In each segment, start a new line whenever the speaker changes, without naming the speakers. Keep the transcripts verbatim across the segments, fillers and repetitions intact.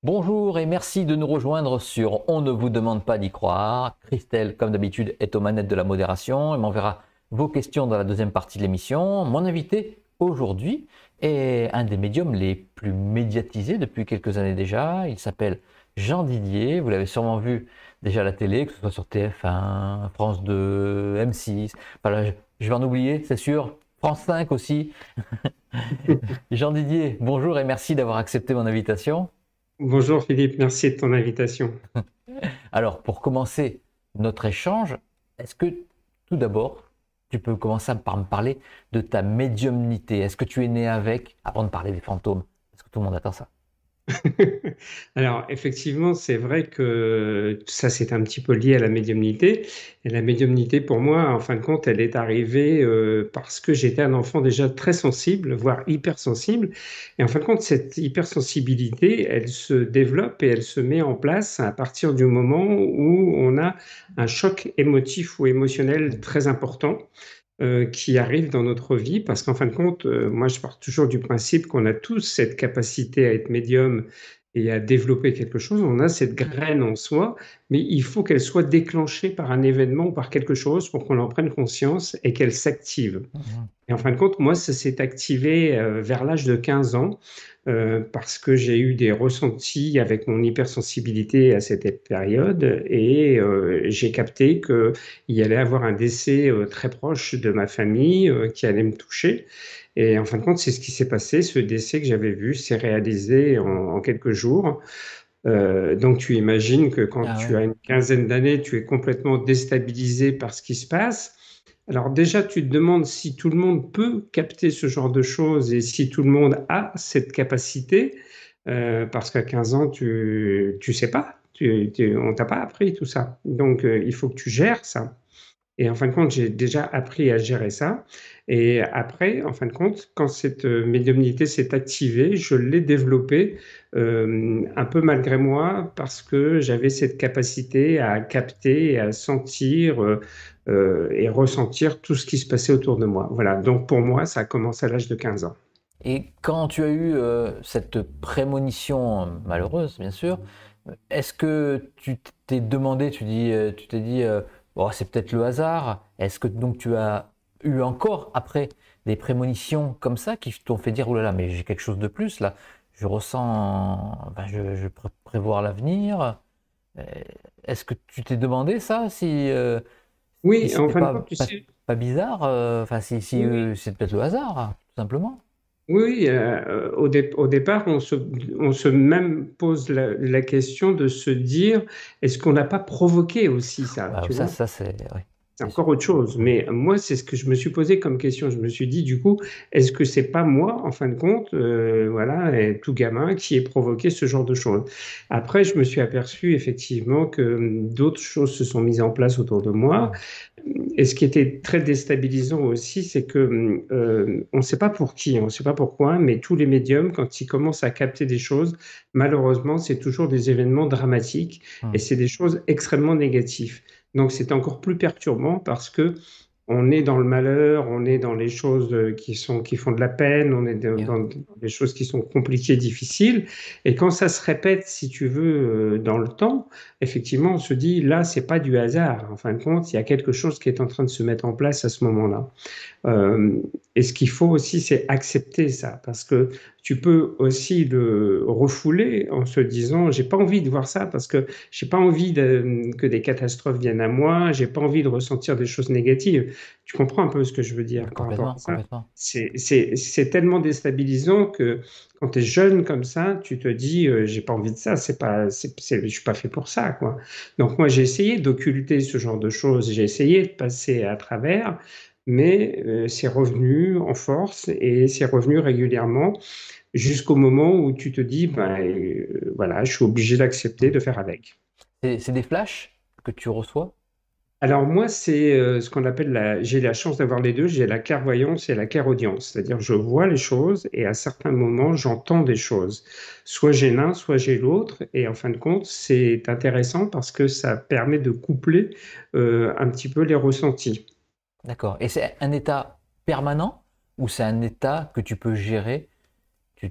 Bonjour et merci de nous rejoindre sur On ne vous demande pas d'y croire. Christelle, comme d'habitude, est aux manettes de la modération et m'enverra vos questions dans la deuxième partie de l'émission. Mon invité aujourd'hui est un des médiums les plus médiatisés depuis quelques années déjà. Il s'appelle Jean Didier. Vous l'avez sûrement vu déjà à la télé, que ce soit sur T F un, France deux, M six. Voilà, je je vais en oublier, c'est sûr. France cinq aussi. Jean Didier, bonjour et merci d'avoir accepté mon invitation.
Bonjour Philippe, merci de ton invitation.
Alors, pour commencer notre échange, est-ce que tout d'abord, tu peux commencer par me parler de ta médiumnité? Est-ce que tu es né avec, avant de parler des fantômes? Parce que tout le monde attend ça.
Alors effectivement, c'est vrai que ça c'est un petit peu lié à la médiumnité. Et la médiumnité pour moi, en fin de compte, elle est arrivée euh, parce que j'étais un enfant déjà très sensible, voire hypersensible. Et en fin de compte, cette hypersensibilité, elle se développe et elle se met en place à partir du moment où on a un choc émotif ou émotionnel très important euh, qui arrive dans notre vie, parce qu'en fin de compte, euh, moi je pars toujours du principe qu'on a tous cette capacité à être médium et à développer quelque chose, on a cette graine en soi, mais il faut qu'elle soit déclenchée par un événement ou par quelque chose pour qu'on en prenne conscience et qu'elle s'active.
Mhm.
Et en fin de compte, moi, ça s'est activé euh, vers l'âge de quinze ans euh, parce que j'ai eu des ressentis avec mon hypersensibilité à cette période et euh, j'ai capté qu'il y allait avoir un décès euh, très proche de ma famille euh, qui allait me toucher. Et en fin de compte, c'est ce qui s'est passé. Ce décès que j'avais vu s'est réalisé en, en quelques jours. Euh, donc tu imagines que quand
Ah
tu
ouais.
as une quinzaine d'années, tu es complètement déstabilisé par ce qui se passe. Alors déjà, tu te demandes si tout le monde peut capter ce genre de choses et si tout le monde a cette capacité, euh, parce qu'à quinze ans, tu tu sais pas, tu, tu- on t'a pas appris tout ça. Donc euh, il faut que tu gères ça. Et en fin de compte, j'ai déjà appris à gérer ça. Et après, en fin de compte, quand cette euh, médiumnité s'est activée, je l'ai développée euh, un peu malgré moi parce que j'avais cette capacité à capter et à sentir euh, euh, et ressentir tout ce qui se passait autour de moi. Voilà. Donc pour moi, ça a commencé à l'âge de quinze ans.
Et quand tu as eu euh, cette prémonition malheureuse, bien sûr, est-ce que tu t'es demandé, tu dis, euh, tu t'es dit, euh, bon, c'est peut-être le hasard. Est-ce que donc tu as eu encore après des prémonitions comme ça qui t'ont fait dire, oh là là, mais j'ai quelque chose de plus là. Je ressens, enfin, je, je pré- prévoir l'avenir. Euh, Est-ce que tu t'es demandé ça, si, euh, si
Oui, en
c'était
fin de
pas,
compte, tu
pas,
sais,
pas bizarre, euh, enfin si, si
oui,
euh, c'est peut-être le hasard, tout simplement.
oui, oui, euh, au, dé- au départ, on se, on se même pose la, la question de se dire, est-ce qu'on n'a pas provoqué aussi ça,
Bah,
tu
ça,
vois?
ça c'est, ouais,
C'est
c'est sûr.
encore autre chose.
Mhm.
Mais moi, c'est ce que je me suis posé comme question. Je me suis dit, du coup, est-ce que c'est pas moi, en fin de compte, euh, voilà, et tout gamin, qui ai provoqué ce genre de choses? Après, je me suis aperçu effectivement que hum, d'autres choses se sont mises en place autour de moi. Et ce qui était très déstabilisant aussi, c'est que hum, euh, on ne sait pas pour qui, on ne sait pas pourquoi, mais tous les médiums, quand ils commencent à capter des choses, malheureusement, c'est toujours des événements dramatiques et
Mhm.
c'est des choses extrêmement négatives. Donc c'est encore plus perturbant parce que on est dans le malheur, on est dans les choses euh, qui sont, qui font de la peine, on est dans,
Et ouais.
dans des choses qui sont compliquées, difficiles. Et quand ça se répète, si tu veux, euh, dans le temps, effectivement, on se dit, là, c'est pas du hasard. En fin de compte, il y a quelque chose qui est en train de se mettre en place à ce moment-là. Euh, et ce qu'il faut aussi, c'est accepter ça, parce que tu peux aussi le refouler en se disant, j'ai pas envie de voir ça, parce que j'ai pas envie de- que des catastrophes viennent à moi, j'ai pas envie de ressentir des choses négatives. Tu comprends un peu ce que je veux dire par rapport
Complètement,
à ça?
complètement.
C'est c'est- c'est tellement déstabilisant que quand tu es jeune comme ça, tu te dis, euh, j'ai pas envie de ça, c'est pas, c'est, c'est- je suis pas fait pour ça, quoi. Donc moi, j'ai essayé d'occulter ce genre de choses, j'ai essayé de passer à travers mais euh, c'est revenu en force et c'est revenu régulièrement jusqu'au moment où tu te dis, ben, euh, voilà, je suis obligé d'accepter
Mhm.
de faire avec.
C'est c'est des flashs que tu reçois?
Alors moi, c'est euh, ce qu'on appelle la... J'ai la chance d'avoir les deux, j'ai la clairvoyance et la clairaudience, c'est-à-dire je vois les choses et à certains moments, j'entends des choses. Soit j'ai l'un, soit j'ai l'autre, et en fin de compte, c'est intéressant parce que ça permet de coupler euh, un petit peu les ressentis.
D'accord. Et c'est un état permanent ou c'est un état que tu peux gérer? Tu,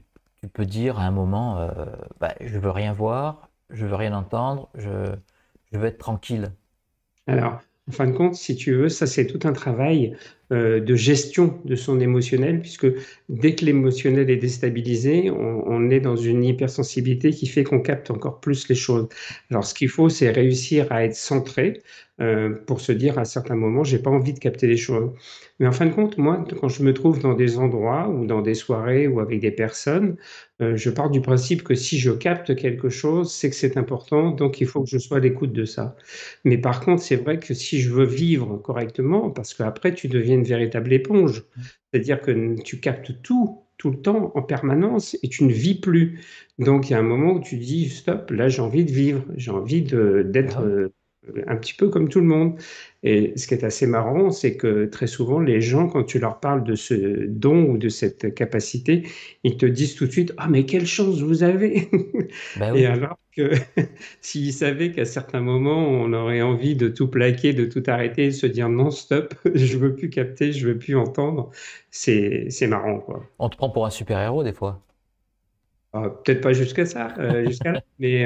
tu peux dire à un moment, euh, bah, je veux rien voir, je veux rien entendre, je, je veux être tranquille.
Alors, en fin de compte, si tu veux, ça c'est tout un travail euh, de gestion de son émotionnel, puisque dès que l'émotionnel est déstabilisé, on, on est dans une hypersensibilité qui fait qu'on capte encore plus les choses. Alors, ce qu'il faut, c'est réussir à être centré euh, pour se dire à certains moments, j'ai pas envie de capter les choses. Mais en fin de compte, moi, quand je me trouve dans des endroits ou dans des soirées ou avec des personnes, euh, je pars du principe que si je capte quelque chose, c'est que c'est important, donc il faut que je sois à l'écoute de ça. Mais par contre, c'est vrai que si je veux vivre correctement, parce qu'après, tu deviens une véritable éponge, c'est-à-dire que tu captes tout, tout le temps, en permanence, et tu ne vis plus. Donc, il y a un moment où tu dis, stop, là, j'ai envie de vivre, j'ai envie de-
Ah
d'être
oui.
euh, un petit peu comme tout le monde. Et ce qui est assez marrant, c'est que très souvent, les gens, quand tu leur parles de ce don ou de cette capacité, ils te disent tout de suite, ah, mais quelle chance vous avez!
Ben
Et
oui.
alors que s'ils savaient qu'à certains moments, on aurait envie de tout plaquer, de tout arrêter, de se dire non, stop, je veux plus capter, je veux plus entendre, c'est c'est marrant, quoi.
On te prend pour un super-héros des fois.
Euh, peut-être pas jusqu'à ça, euh, jusqu'à là, mais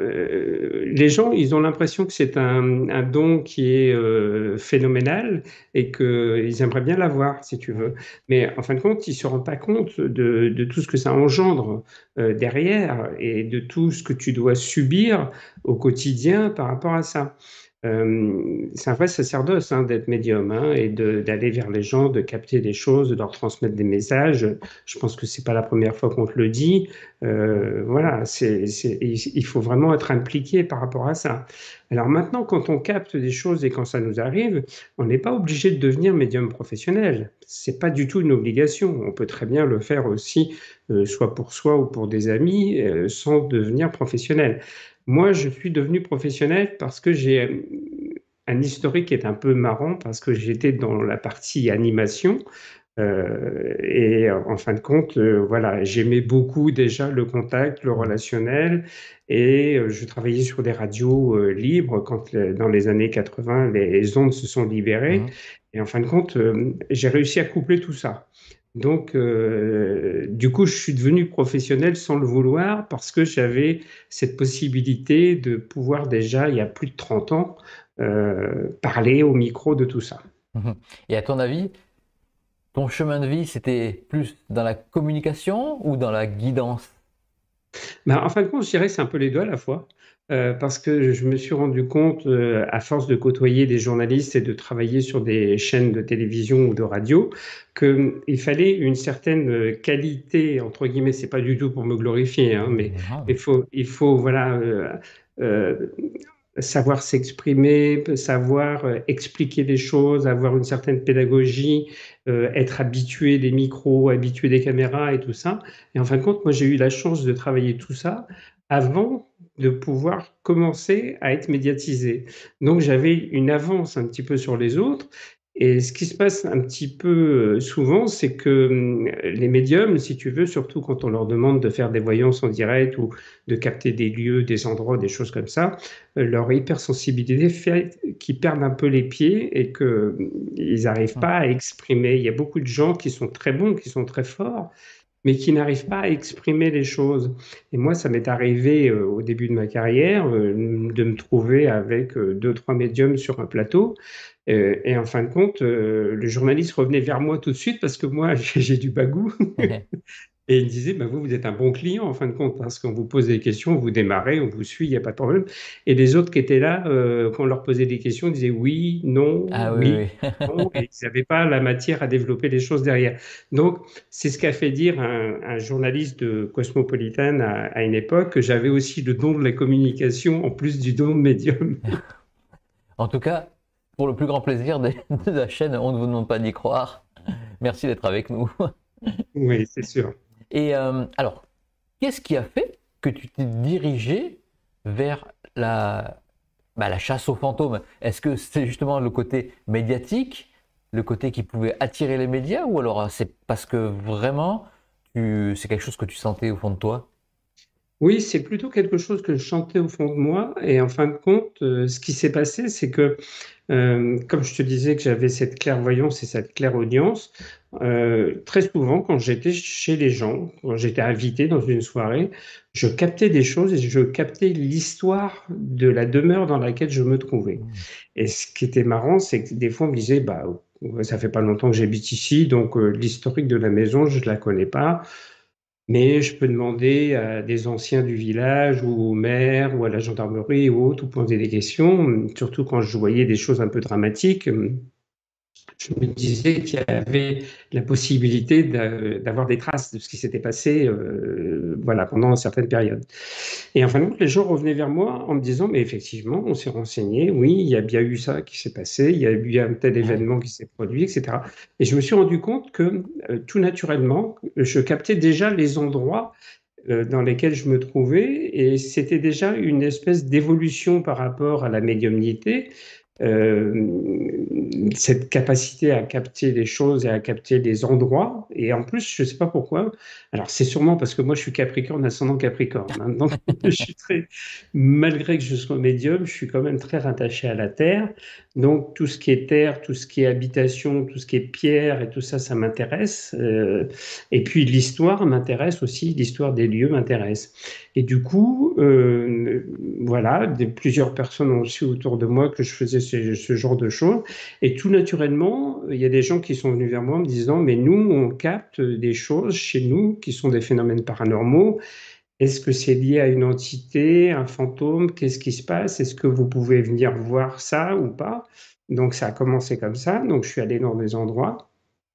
euh, les gens, ils ont l'impression que c'est un, un don qui est euh, phénoménal et qu'ils aimeraient bien l'avoir, si tu veux. Mais en fin de compte, ils ne se rendent pas compte de, de tout ce que ça engendre euh, derrière et de tout ce que tu dois subir au quotidien par rapport à ça. Euh, c'est un vrai sacerdoce hein, d'être médium hein, et de- d'aller vers les gens, de capter des choses, de leur transmettre des messages. Je pense que c'est pas la première fois qu'on te le dit. Euh, voilà, c'est, c'est- il il faut vraiment être impliqué par rapport à ça. Alors maintenant, quand on capte des choses et quand ça nous arrive, on n'est pas obligé de devenir médium professionnel. C'est pas du tout une obligation. On peut très bien le faire aussi, euh, soit pour soi ou pour des amis, euh, sans devenir professionnel. Moi, je suis devenu professionnel parce que j'ai euh, un historique qui est un peu marrant parce que j'étais dans la partie animation. Euh, et euh, en fin de compte, euh, voilà, j'aimais beaucoup déjà le contact, le
Mhm.
relationnel, et euh, je travaillais sur des radios euh, libres quand, euh, dans les années quatre-vingts, les ondes se sont libérées.
Mhm.
Et en fin de compte, euh, j'ai réussi à coupler tout ça. Donc, euh, du coup, je suis devenu professionnel sans le vouloir parce que j'avais cette possibilité de pouvoir déjà, il y a plus de trente ans, euh, parler au micro de tout ça.
Mhm. Et à ton avis, ton chemin de vie, c'était plus dans la communication ou dans la guidance?
Bah, en fin de compte, je dirais que c'est un peu les deux à la fois, euh, parce que je me suis rendu compte, euh, à force de côtoyer des journalistes et de travailler sur des chaînes de télévision ou de radio, qu'il fallait une certaine euh, qualité, entre guillemets, c'est pas du tout pour me glorifier, hein, mais il
Non.
faut, il faut voilà, euh, euh, savoir s'exprimer, savoir euh, expliquer des choses, avoir une certaine pédagogie, euh, être habitué des micros, habitué des caméras et tout ça. Et en fin de compte, moi, j'ai eu la chance de travailler tout ça avant de pouvoir commencer à être médiatisé. Donc, j'avais une avance un petit peu sur les autres. Et ce qui se passe un petit peu euh, souvent, c'est que hum, les médiums, si tu veux, surtout quand on leur demande de faire des voyances en direct ou de capter des lieux, des endroits, des choses comme ça, euh, leur hypersensibilité fait qu'ils perdent un peu les pieds et qu'ils n'arrivent
Mhm.
pas à exprimer. Il y a beaucoup de gens qui sont très bons, qui sont très forts, mais qui n'arrivent pas à exprimer les choses. Et moi, ça m'est arrivé euh, au début de ma carrière euh, de me trouver avec euh, deux, trois médiums sur un plateau. Euh, et en fin de compte, euh, le journaliste revenait vers moi tout de suite parce que moi, j'ai du bagou. Et il me disait, bah, vous, vous êtes un bon client en fin de compte, parce qu'on vous pose des questions, vous démarrez, on vous suit, il n'y a pas de problème. Et les autres qui étaient là, euh, quand on leur posait des questions, ils disaient oui, non,
Ah
oui,
oui, oui.
non, et ils n'avaient pas la matière à développer les choses derrière. Donc, c'est ce qu'a fait dire un, un journaliste de Cosmopolitan à, à une époque, que j'avais aussi le don de la communication en plus du don de médium.
En tout cas, pour le plus grand plaisir de, de la chaîne, on ne vous demande pas d'y croire. Merci d'être avec nous.
Oui, c'est sûr.
Et euh, alors, qu'est-ce qui a fait que tu t'es dirigé vers la, bah, la chasse aux fantômes? Est-ce que c'est justement le côté médiatique, le côté qui pouvait attirer les médias, ou alors c'est parce que vraiment tu, c'est quelque chose que tu sentais au fond de toi?
Oui, c'est plutôt quelque chose que je chantais au fond de moi. Et en fin de compte, euh, ce qui s'est passé, c'est que, euh, comme je te disais que j'avais cette clairvoyance et cette clairaudience, euh, très souvent, quand j'étais chez les gens, quand j'étais invité dans une soirée, je captais des choses et je captais l'histoire de la demeure dans laquelle je me trouvais.
Hmm.
Et ce qui était marrant, c'est que des fois, on me disait, bah, ça fait pas longtemps que j'habite ici, donc euh, l'historique de la maison, je ne la connais pas. Mais je peux demander à des anciens du village ou au maire ou à la gendarmerie ou autre, ou poser des questions, surtout quand je voyais des choses un peu dramatiques. Je me disais qu'il y avait la possibilité d'a- d'avoir des traces de ce qui s'était passé euh, voilà, pendant certaines périodes. Et en fin de compte, les gens revenaient vers moi en me disant, mais effectivement, on s'est renseigné, oui, il y a bien eu ça qui s'est passé, il y a eu un tel
Ah oui.
événement qui s'est produit, et cetera. Et je me suis rendu compte que euh, tout naturellement, je captais déjà les endroits euh, dans lesquels je me trouvais, et c'était déjà une espèce d'évolution par rapport à la médiumnité, euh, cette capacité à capter les choses et à capter les endroits. Et en plus, je ne sais pas pourquoi. Alors, c'est sûrement parce que moi, je suis Capricorne, ascendant Capricorne, hein. Donc, je suis très, malgré que je sois médium, je suis quand même très rattaché à la Terre. Donc, tout ce qui est terre, tout ce qui est habitation, tout ce qui est pierre et tout ça, ça m'intéresse. Euh, et puis, l'histoire m'intéresse aussi, l'histoire des lieux m'intéresse. Et du coup, euh, voilà, des- plusieurs personnes ont su autour de moi que je faisais ce, ce genre de choses. Et tout naturellement, il y a des gens qui sont venus vers moi en me disant, mais nous, on capte des choses chez nous qui sont des phénomènes paranormaux. Est-ce que c'est lié à une entité, un fantôme? Qu'est-ce qui se passe? Est-ce que vous pouvez venir voir ça ou pas? Donc ça a commencé comme ça. Donc je suis allé dans des endroits.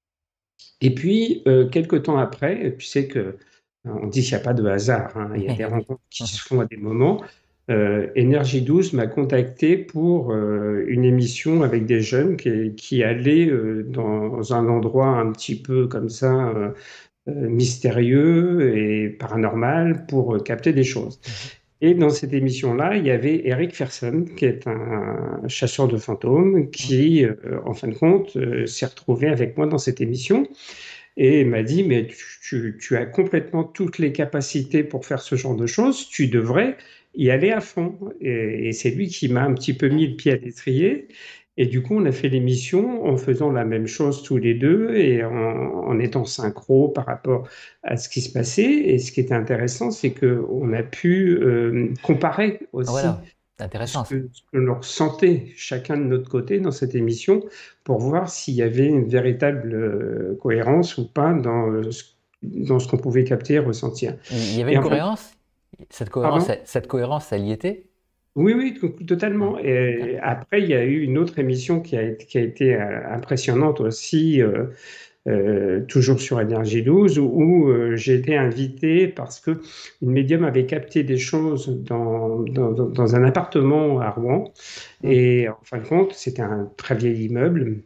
Et puis, euh, quelques temps après, tu sais que on dit qu'il n'y a pas de hasard, hein, il y a des
Eh oui.
rencontres qui se font à des moments. Euh, Énergie douze m'a contacté pour euh, une émission avec des jeunes qui, qui allaient euh, dans un endroit un petit peu comme ça, euh, euh, mystérieux et paranormal pour euh, capter des choses.
Mhm.
Et dans cette émission-là, il y avait Eric Fersen, qui est un chasseur de fantômes,
Mhm.
qui, euh, en fin de compte, euh, s'est retrouvé avec moi dans cette émission et il m'a dit, mais tu, tu- tu as complètement toutes les capacités pour faire ce genre de choses, tu devrais y aller à fond. Et, et c'est lui qui m'a un petit peu mis le pied à l'étrier. Et du coup, on a fait l'émission en faisant la même chose tous les deux et en, en étant synchro par rapport à ce qui se passait. Et ce qui était intéressant, c'est qu'on a pu euh, comparer
Ah,
aussi
voilà, c'est
ce
intéressant ça.
que, ce que l'on ressentait chacun de notre côté dans cette émission pour voir s'il y avait une véritable euh, cohérence ou pas dans, euh, ce- dans ce qu'on pouvait capter et ressentir.
Il y avait
Et
une
enfin,
cohérence? Cette cohérence,
pardon?
elle- cette cohérence, elle y était?
Oui, oui, to-
Ah,
totalement.
ok.
Et après, il y a eu une autre émission qui a, été- qui a été euh, impressionnante aussi, euh, euh, toujours sur Énergie douze, où, où, euh, j'ai été invité parce que une médium avait capté des choses dans, dans, dans- dans un appartement à Rouen.
Hmm.
Et en fin de compte, c'était un très vieil immeuble.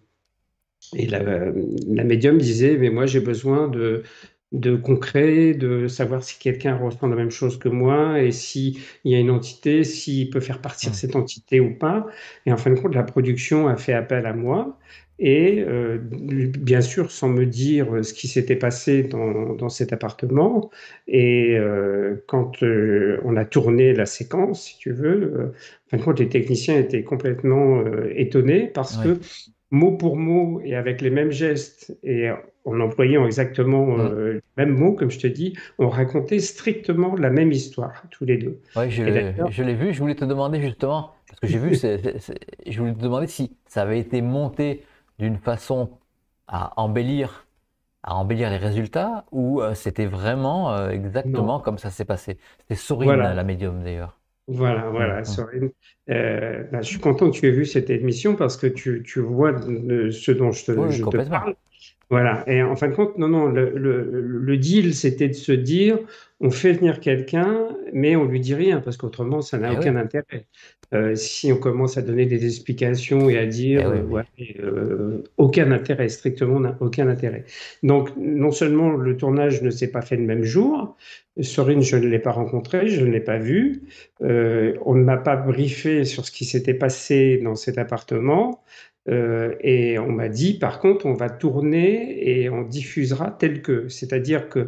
Et la, la médium disait, mais moi j'ai besoin de, de concret, de savoir si quelqu'un ressent la même chose que moi et s'il y a une entité, s'il peut faire partir
Hmm.
cette entité ou pas. Et en fin de compte, la production a fait appel à moi. Et euh, bien sûr, sans me dire ce qui s'était passé dans, dans cet appartement. Et euh, quand euh, on a tourné la séquence, si tu veux, euh, en fin de compte, les techniciens étaient complètement euh, étonnés parce
Oui.
que mot pour mot et avec les mêmes gestes et en employant exactement
Hmm.
euh, les mêmes mots, comme je te dis, on racontait strictement la même histoire, tous les deux.
Ouais,
Et
je,
d'ailleurs,
je l'ai vu. Je voulais te demander justement, parce que j'ai vu, c'est- c'est- c'est- je voulais te demander si ça avait été monté d'une façon à embellir, à embellir les résultats, ou euh, c'était vraiment euh,
non,
exactement comme ça s'est passé. C'était Sorine,
voilà,
la médium d'ailleurs.
voilà,
Hmm,
voilà,
hmm.
Sorine. Euh, ben, je suis content que tu aies vu cette émission parce que tu, tu vois de ce dont je
Oui,
te,
oui,
je te
complètement.
parle. Voilà. Et en fin de compte, non, non, le, le- le deal, c'était de se dire, on fait venir quelqu'un, mais on lui dit rien, parce qu'autrement, ça n'a
Eh oui,
aucun intérêt. Euh, si on commence à donner des explications et à
eh
dire,
oui,
euh,
mais
ouais, euh, aucun intérêt, strictement n'a- aucun intérêt. Donc, non seulement le tournage ne s'est pas fait le même jour, Sorine, je ne l'ai pas rencontré, je ne l'ai pas vu, euh, on ne m'a pas briefé sur ce qui s'était passé dans cet appartement. Euh, et on m'a dit, par contre, on va tourner et on diffusera tel que. C'est-à-dire que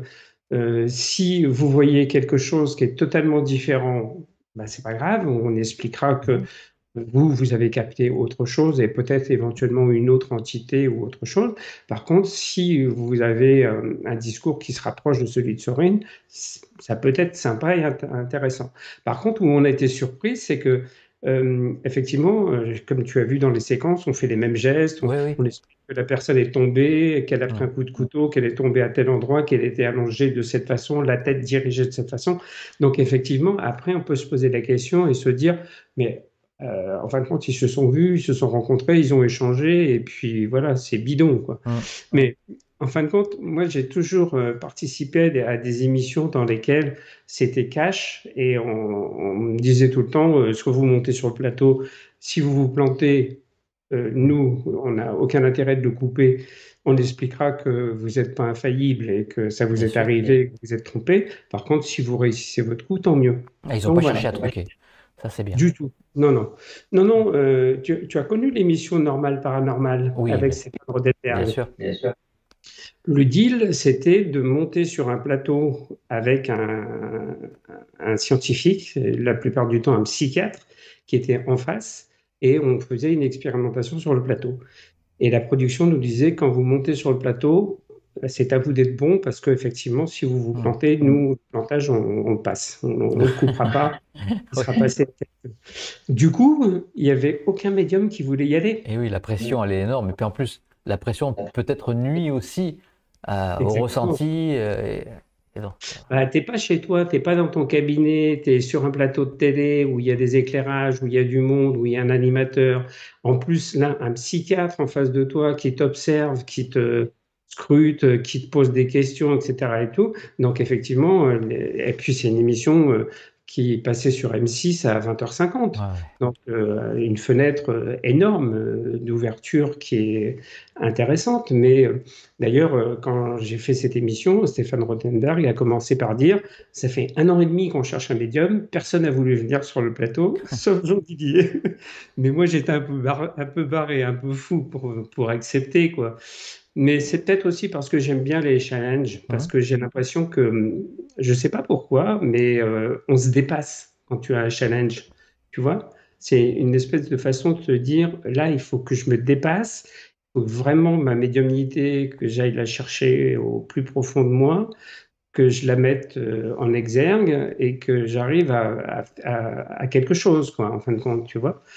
Euh, si vous voyez quelque chose qui est totalement différent, ben, c'est pas grave, on expliquera que
Mhm.
vous, vous avez capté autre chose et peut-être éventuellement une autre entité ou autre chose. Par contre, si vous avez euh, un discours qui se rapproche de celui de Sorin, ça peut être sympa et int- intéressant. Par contre, où on a été surpris, c'est que euh, effectivement, euh, comme tu as vu dans les séquences, on fait les mêmes gestes, on,
Oui, oui.
on explique que la personne est tombée, qu'elle a pris un
Mm.
coup de couteau, qu'elle est tombée à tel endroit, qu'elle était allongée de cette façon, la tête dirigée de cette façon. Donc effectivement, après, on peut se poser la question et se dire, mais euh, en fin de compte, ils se sont vus, ils se sont rencontrés, ils ont échangé, et puis voilà, c'est bidon, quoi.
Mm.
Mais en fin de compte, moi, j'ai toujours euh, participé à des, à des émissions dans lesquelles c'était cash, et on, on me disait tout le temps, euh, soit vous montez sur le plateau, si vous vous plantez, euh, nous, on n'a aucun intérêt de le couper. On expliquera que vous n'êtes pas infaillible et que ça vous
Bien
est
sûr.
arrivé, que vous êtes trompé. Par contre, si vous réussissez votre coup, tant mieux.
Ah, ils n'ont
Donc
pas
voilà.
cherché à truquer. Ça, c'est bien.
Du tout. Non, non. Non, non, euh, tu, tu as connu l'émission Normal Paranormal
Oui,
avec
bien,
Stéphane
bien
Roddenberry.
sûr.
Le deal, c'était de monter sur un plateau avec un, un scientifique, la plupart du temps un psychiatre, qui était en face, et on faisait une expérimentation sur le plateau. Et la production nous disait, quand vous montez sur le plateau, c'est à vous d'être bon, parce qu'effectivement, si vous vous
Mm.
plantez, nous, le plantage, on, on le passe. On ne le coupera pas, il
Oui.
sera passé. Du coup, il n'y avait aucun médium qui voulait y aller.
Et oui, la pression, elle est énorme. Et puis en plus, la pression peut-être nuit aussi euh, au
Exactement.
ressenti. euh, et, et donc,
Bah, t'es pas chez toi, t'es pas dans ton cabinet, tu es sur un plateau de télé où il y a des éclairages, où il y a du monde, où il y a un animateur. En plus, là, un psychiatre en face de toi qui t'observe, qui te scrute, qui te pose des questions, et cetera et tout. Donc, effectivement, euh, les- et puis c'est une émission euh, qui passait sur M six à vingt heures
ouais,
cinquante.
ouais.
Donc, euh, une fenêtre euh, énorme euh, d'ouverture qui est intéressante. Mais euh, d'ailleurs, euh, quand j'ai fait cette émission, Stéphane Rothenberg a commencé par dire, ça fait un an et demi qu'on cherche un médium, personne n'a voulu venir sur le plateau, sauf Jean Didier. Mais moi, j'étais un peu, bar- un peu barré, un peu fou pour, pour accepter, quoi. Mais c'est peut-être aussi parce que j'aime bien les challenges, parce
Mhm.
que j'ai l'impression que, je ne sais pas pourquoi, mais euh, on se dépasse quand tu as un challenge, tu vois? C'est une espèce de façon de se dire, là, il faut que je me dépasse, il faut vraiment ma médiumnité, que j'aille la chercher au plus profond de moi, que je la mette euh, en exergue et que j'arrive à, à- à- à quelque chose, quoi, en fin de compte, tu vois?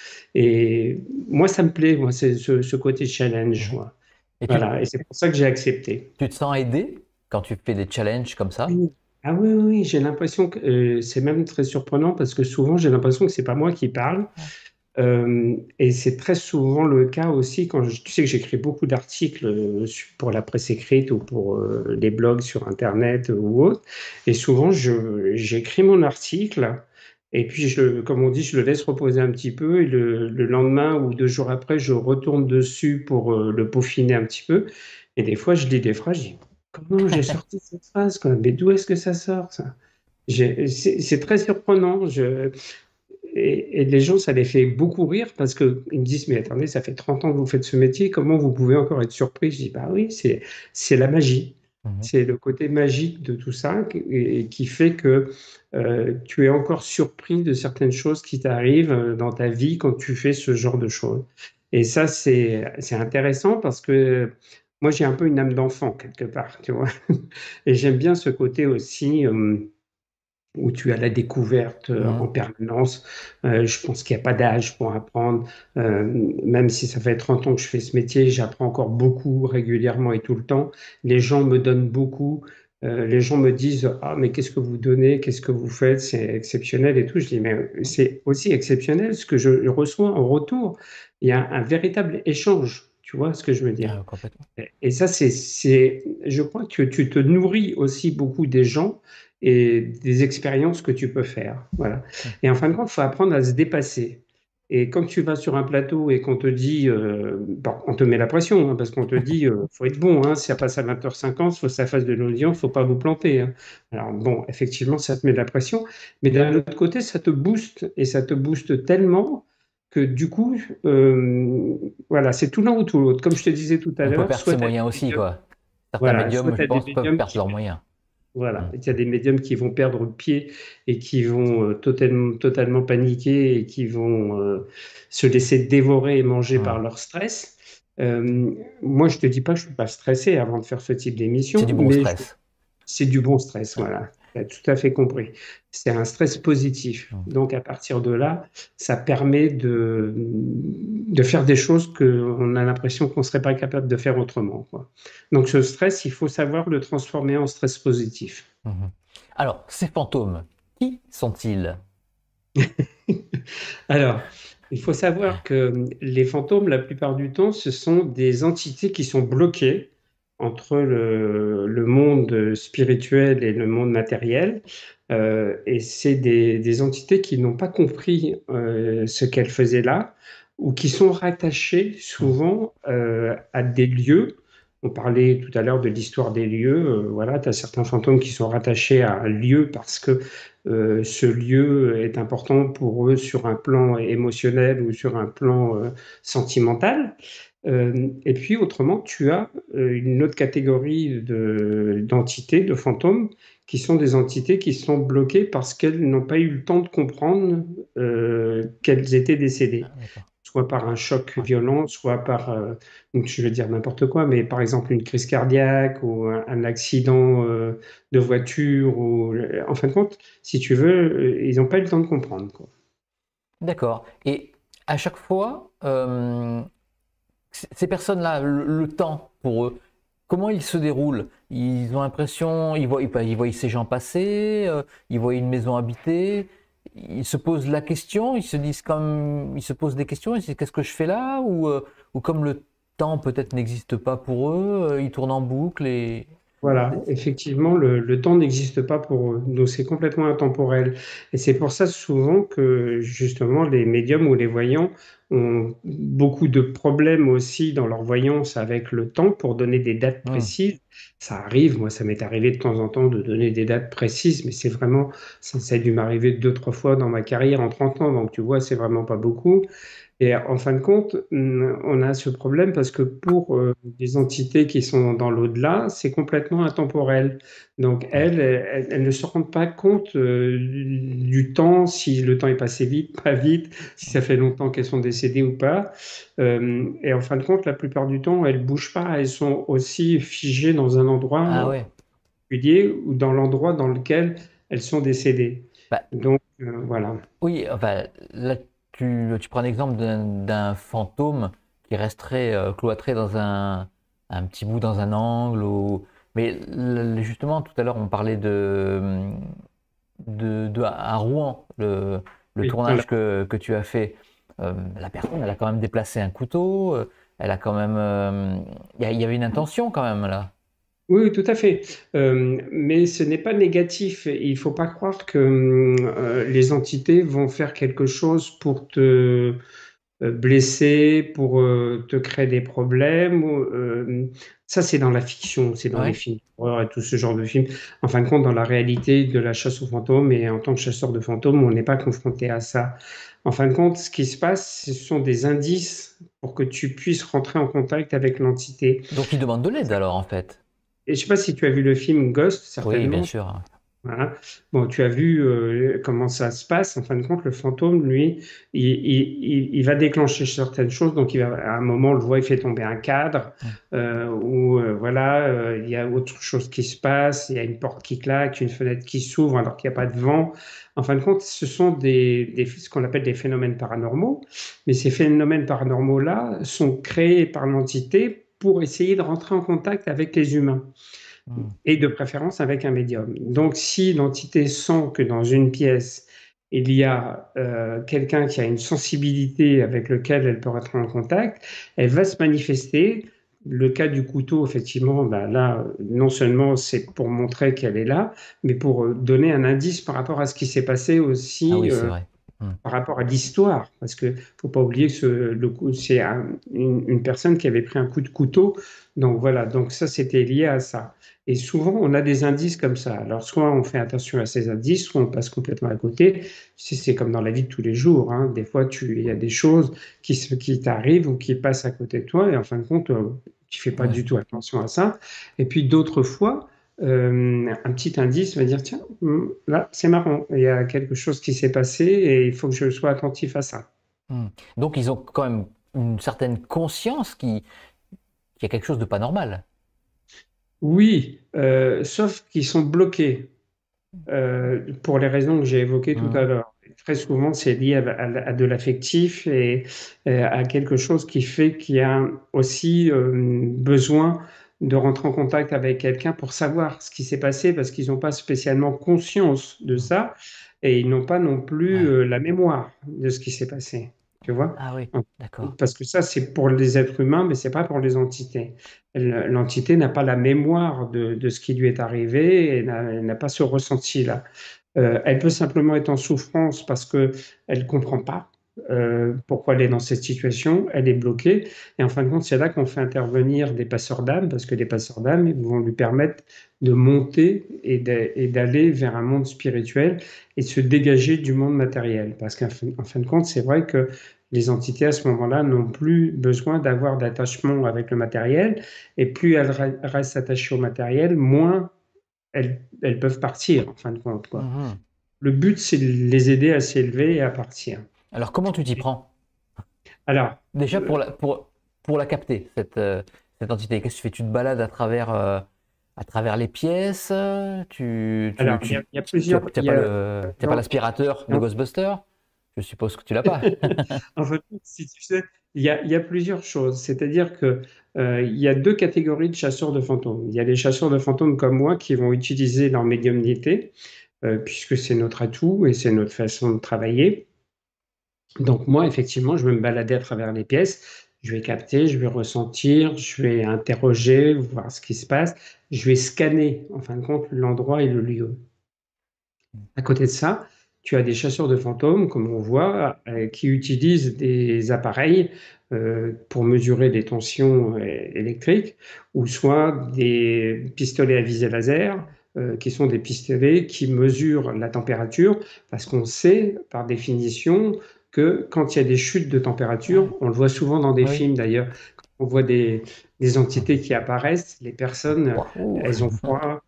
Et moi, ça me plaît, moi, c'est ce, ce côté challenge,
Mhm.
moi.
Et tu,
Voilà, et c'est pour ça que j'ai accepté.
tu te sens aidé quand tu fais des challenges comme ça?
Oui. Ah oui, oui, oui, j'ai l'impression que euh, c'est même très surprenant parce que souvent j'ai l'impression que c'est pas moi qui parle. Euh, et c'est très souvent le cas aussi quand je, tu sais que j'écris beaucoup d'articles euh, su- pour la presse écrite ou pour euh, les blogs sur Internet ou autre. Et souvent je, j'écris mon article et puis je, comme on dit, je le laisse reposer un petit peu et le, le lendemain ou deux jours après, je retourne dessus pour euh, le peaufiner un petit peu. Et des fois, je lis des phrases, je dis, comment j'ai sorti cette phrase, quoi? Mais d'où est-ce que ça sort, ça? J'ai- C'est c'est très surprenant. Je, et, et les gens, ça les fait beaucoup rire parce qu'ils me disent, mais attendez, ça fait trente ans que vous faites ce métier, comment vous pouvez encore être surpris? Je dis, bah oui, c'est, c'est la magie.
Mhm.
C'est le côté magique de tout ça qui- et, qui fait que euh, tu es encore surpris de certaines choses qui t'arrivent euh, dans ta vie quand tu fais ce genre de choses. Et ça, c'est, c'est intéressant parce que moi, j'ai un peu une âme d'enfant quelque part, tu vois. Et j'aime bien ce côté aussi. euh, où tu as la découverte euh, en
Mhm.
permanence. Euh, je pense qu'il n'y a pas d'âge pour apprendre. Euh, même si ça fait trente ans que je fais ce métier, j'apprends encore beaucoup régulièrement et tout le temps. Les gens me donnent beaucoup. Euh, les gens me disent, ah, mais qu'est-ce que vous donnez, qu'est-ce que vous faites, c'est exceptionnel et tout. Je dis, mais c'est aussi exceptionnel ce que je reçois en retour. Il y a un véritable échange. Tu vois ce que je veux dire?
Ah, complètement.
Et ça, c'est, c'est, je crois que tu te nourris aussi beaucoup des gens et des expériences que tu peux faire. Voilà.
Mhm.
Et en fin de compte, il faut apprendre à se dépasser. Et quand tu vas sur un plateau et qu'on te dit, euh, bon, on te met la pression, hein, parce qu'on te dit, euh, faut être bon, hein, si ça passe à vingt heures cinquante, il faut que ça fasse de l'audience, faut pas vous planter, hein. Alors bon, effectivement, ça te met de la pression, mais d'un autre côté, ça te booste et ça te booste tellement que du coup, euh, voilà, c'est tout l'un ou tout l'autre. Comme je te disais tout à
On peut
l'heure,
perdre
soit
ses
tu as
moyens
des
aussi,
médiums,
quoi. Certains
voilà, soit
médiums,
tu
je
as des
pense, peuvent
médiums
perdre
qui
leurs moyens.
Voilà.
Mm.
Il y a des médiums qui vont perdre pied et qui vont euh, totalement, totalement paniquer et qui vont euh, se laisser dévorer et manger par
Mm.
leur stress. Euh, Moi, je te dis pas que je suis pas stressé avant de faire ce type
C'est
d'émission,
du bon
mais je-
stress.
c'est du bon stress.
Ouais.
Voilà. Tu as tout à fait compris. C'est un stress positif.
Mm.
Donc, à partir de là, ça permet de, de faire des choses qu'on a l'impression qu'on ne serait pas capable de faire autrement, quoi. Donc, ce stress, il faut savoir le transformer en stress positif.
Mhm. Alors, ces fantômes, qui sont-ils?
Alors, il faut savoir que les fantômes, la plupart du temps, ce sont des entités qui sont bloquées entre le, le monde spirituel et le monde matériel. Euh, et c'est des, des entités qui n'ont pas compris euh, ce qu'elles faisaient là, ou qui sont rattachées
Mm.
souvent euh, à des lieux. On parlait tout à l'heure de l'histoire des lieux. Euh, voilà, tu as certains fantômes qui sont rattachés à un lieu parce que euh, ce lieu est important pour eux sur un plan émotionnel ou sur un plan euh, sentimental. Euh, et puis autrement, tu as euh, une autre catégorie de, d'entités, de fantômes, qui sont des entités qui sont bloquées parce qu'elles n'ont pas eu le temps de comprendre euh, qu'elles étaient décédées,
Ah, d'accord.
soit par un choc
Ouais.
violent, soit par, euh, donc je vais dire n'importe quoi, mais par exemple une crise cardiaque ou un, un accident euh, de voiture, ou en fin de compte, si tu veux, euh, ils n'ont pas eu le temps de comprendre, quoi.
D'accord. Et à chaque fois, euh, c- ces personnes-là, le, le temps pour eux, comment il se déroule? Ils ont l'impression, ils voient, ils voient ces gens passer, euh, ils voient une maison habitée, ils se posent la question, ils se disent comme, ils se posent des questions, ils se disent qu'est-ce que je fais là? Ou, euh, ou comme le temps peut-être n'existe pas pour eux, euh, ils tournent en boucle et...
Voilà, effectivement, le, le temps n'existe pas pour eux. Donc, c'est complètement intemporel. Et c'est pour ça souvent que justement les médiums ou les voyants ont beaucoup de problèmes aussi dans leur voyance avec le temps pour donner des dates
Hmm.
précises. Ça arrive, moi, ça m'est arrivé de temps en temps de donner des dates précises, mais c'est vraiment, ça, ça a dû m'arriver deux, trois fois dans ma carrière en trente ans. Donc, tu vois, c'est vraiment pas beaucoup. Et en fin de compte, hum, on a ce problème parce que pour euh, des entités qui sont dans l'au-delà, c'est complètement intemporel. Donc
Ouais.
elles, elles, elles ne se rendent pas compte euh, du temps, si le temps est passé vite, pas vite, si ça fait longtemps qu'elles sont décédées ou pas. Euh, et en fin de compte, la plupart du temps, elles bougent pas. Elles sont aussi figées dans un
Ah
endroit
ouais.
particulier ou dans l'endroit dans lequel elles sont décédées.
Bah,
Donc euh, voilà.
oui, enfin, là, tu, tu prends l'exemple d'un d'un fantôme qui resterait euh, cloîtré dans un, un petit bout dans un angle. Ou... Mais l- justement, tout à l'heure, on parlait de, de, de- à Rouen, le, le
Oui, dans la-
tournage que, que tu as fait. Euh, la personne, elle a quand même déplacé un couteau. euh, Elle a quand même. euh, Il y, a- il y avait une intention quand même là.
Oui, oui, tout à fait. Euh, mais ce n'est pas négatif. Il ne faut pas croire que euh, les entités vont faire quelque chose pour te euh, blesser, pour euh, te créer des problèmes. ou, euh, ça, c'est dans la fiction, c'est dans les
Ouais.
films d'horreur et tout ce genre de films. En fin de compte, dans la réalité de la chasse aux fantômes, et en tant que chasseur de fantômes, on n'est pas confronté à ça. En fin de compte, ce qui se passe, ce sont des indices pour que tu puisses rentrer en contact avec l'entité.
Donc il demande de l'aide alors en fait.
Et je ne sais pas si tu as vu le film Ghost,
Oui, bien
certainement.
sûr.
Voilà. Bon, tu as vu euh, comment ça se passe. En fin de compte, le fantôme, lui, il, il- il- il va déclencher certaines choses. Donc, il va, à un moment, on le voit, il fait tomber un cadre,
Mm.
euh, où euh, voilà, euh, il y a autre chose qui se passe. Il y a une porte qui claque, une fenêtre qui s'ouvre alors qu'il n'y a pas de vent. En fin de compte, ce sont des, des- ce qu'on appelle des phénomènes paranormaux. Mais ces phénomènes paranormaux-là sont créés par l'entité pour essayer de rentrer en contact avec les humains
Mm.
et de préférence avec un médium. Donc, si l'entité sent que dans une pièce, il y a euh, quelqu'un qui a une sensibilité avec lequel elle peut rentrer en contact, elle va se manifester. Le cas du couteau, effectivement, ben là, non seulement c'est pour montrer qu'elle est là, mais pour euh, donner un indice par rapport à ce qui s'est passé
Ah
aussi
oui, c'est
euh,
vrai. Mm.
par rapport à l'histoire, parce que faut pas oublier que ce, le coup, c'est un- une, une personne qui avait pris un coup de couteau, donc voilà, donc ça c'était lié à ça. Et souvent on a des indices comme ça. Alors soit on fait attention à ces indices, soit on passe complètement à côté. C'est c'est comme dans la vie de tous les jours, hein. Des fois tu, il y a des choses qui, se- qui t'arrivent ou qui passent à côté de toi, et en fin de compte euh, tu fais pas
Ouais.
du tout attention à ça. Et puis d'autres fois euh, un petit indice va dire, tiens, hum, là, c'est marrant, il y a quelque chose qui s'est passé et il faut que je sois attentif à ça.
Hmm. Donc ils ont quand même une certaine conscience qui, qu'il y a quelque chose de pas normal.
Oui, euh, sauf qu'ils sont bloqués euh, pour les raisons que j'ai évoquées tout à
Hmm.
l'heure. Très souvent, c'est lié à, à- à de l'affectif et euh, à quelque chose qui fait qu'il y a aussi euh, besoin de rentrer en contact avec quelqu'un pour savoir ce qui s'est passé parce qu'ils n'ont pas spécialement conscience de
Hmm.
ça et ils n'ont pas non plus
Ouais.
euh, la mémoire de ce qui s'est passé. Tu vois?
Ah oui, d'accord.
Parce que ça, c'est pour les êtres humains, mais c'est pas pour les entités. Elle- L'entité n'a pas la mémoire de, de ce qui lui est arrivé et n'a elle n'a pas ce ressenti-là. Euh, elle peut simplement être en souffrance parce que elle comprend pas euh, pourquoi elle est dans cette situation, elle est bloquée. Et en fin de compte, c'est là qu'on fait intervenir des passeurs d'âme, parce que les passeurs d'âme ils vont lui permettre de monter et de- et d'aller vers un monde spirituel et de se dégager du monde matériel. Parce qu'en fin, en fin de compte, c'est vrai que les entités à ce moment-là n'ont plus besoin d'avoir d'attachement avec le matériel, et plus elles re- restent attachées au matériel, moins elles, elles peuvent partir, en fin de compte, quoi.
Mhm.
Le but, c'est de les aider à s'élever et à partir.
Alors comment tu t'y prends?
Alors,
Déjà
euh,
pour la, pour, pour la capter, cette, euh, cette entité, qu'est-ce que tu fais? Tu te balades à travers, euh, à travers les pièces? Tu, tu,
alors il y a,
tu,
il y a
tu as,
plusieurs.
tu as
Il y
pas
a,
le, tu as pas
non,
l'aspirateur de
non.
Ghostbusters? Je suppose que tu l'as pas.
En fait, si tu sais, il y a, il y a plusieurs choses. C'est-à-dire que euh, il y a deux catégories de chasseurs de fantômes. Il y a les chasseurs de fantômes comme moi qui vont utiliser leur médiumnité, euh, puisque c'est notre atout et c'est notre façon de travailler. Donc moi, effectivement, je vais me balader à travers les pièces, je vais capter, je vais ressentir, je vais interroger, voir ce qui se passe, je vais scanner, en fin de compte, l'endroit et le lieu. À côté de ça, tu as des chasseurs de fantômes, comme on voit, euh, qui utilisent des appareils euh, pour mesurer les tensions euh, électriques, ou soit des pistolets à visée laser, euh, qui sont des pistolets qui mesurent la température, parce qu'on sait, par définition, que quand il y a des chutes de
Ouais.
température, on le voit souvent dans des
Oui.
films d'ailleurs, quand on voit des, des entités qui apparaissent, les personnes,
Ouah, ouh.
elles ont froid,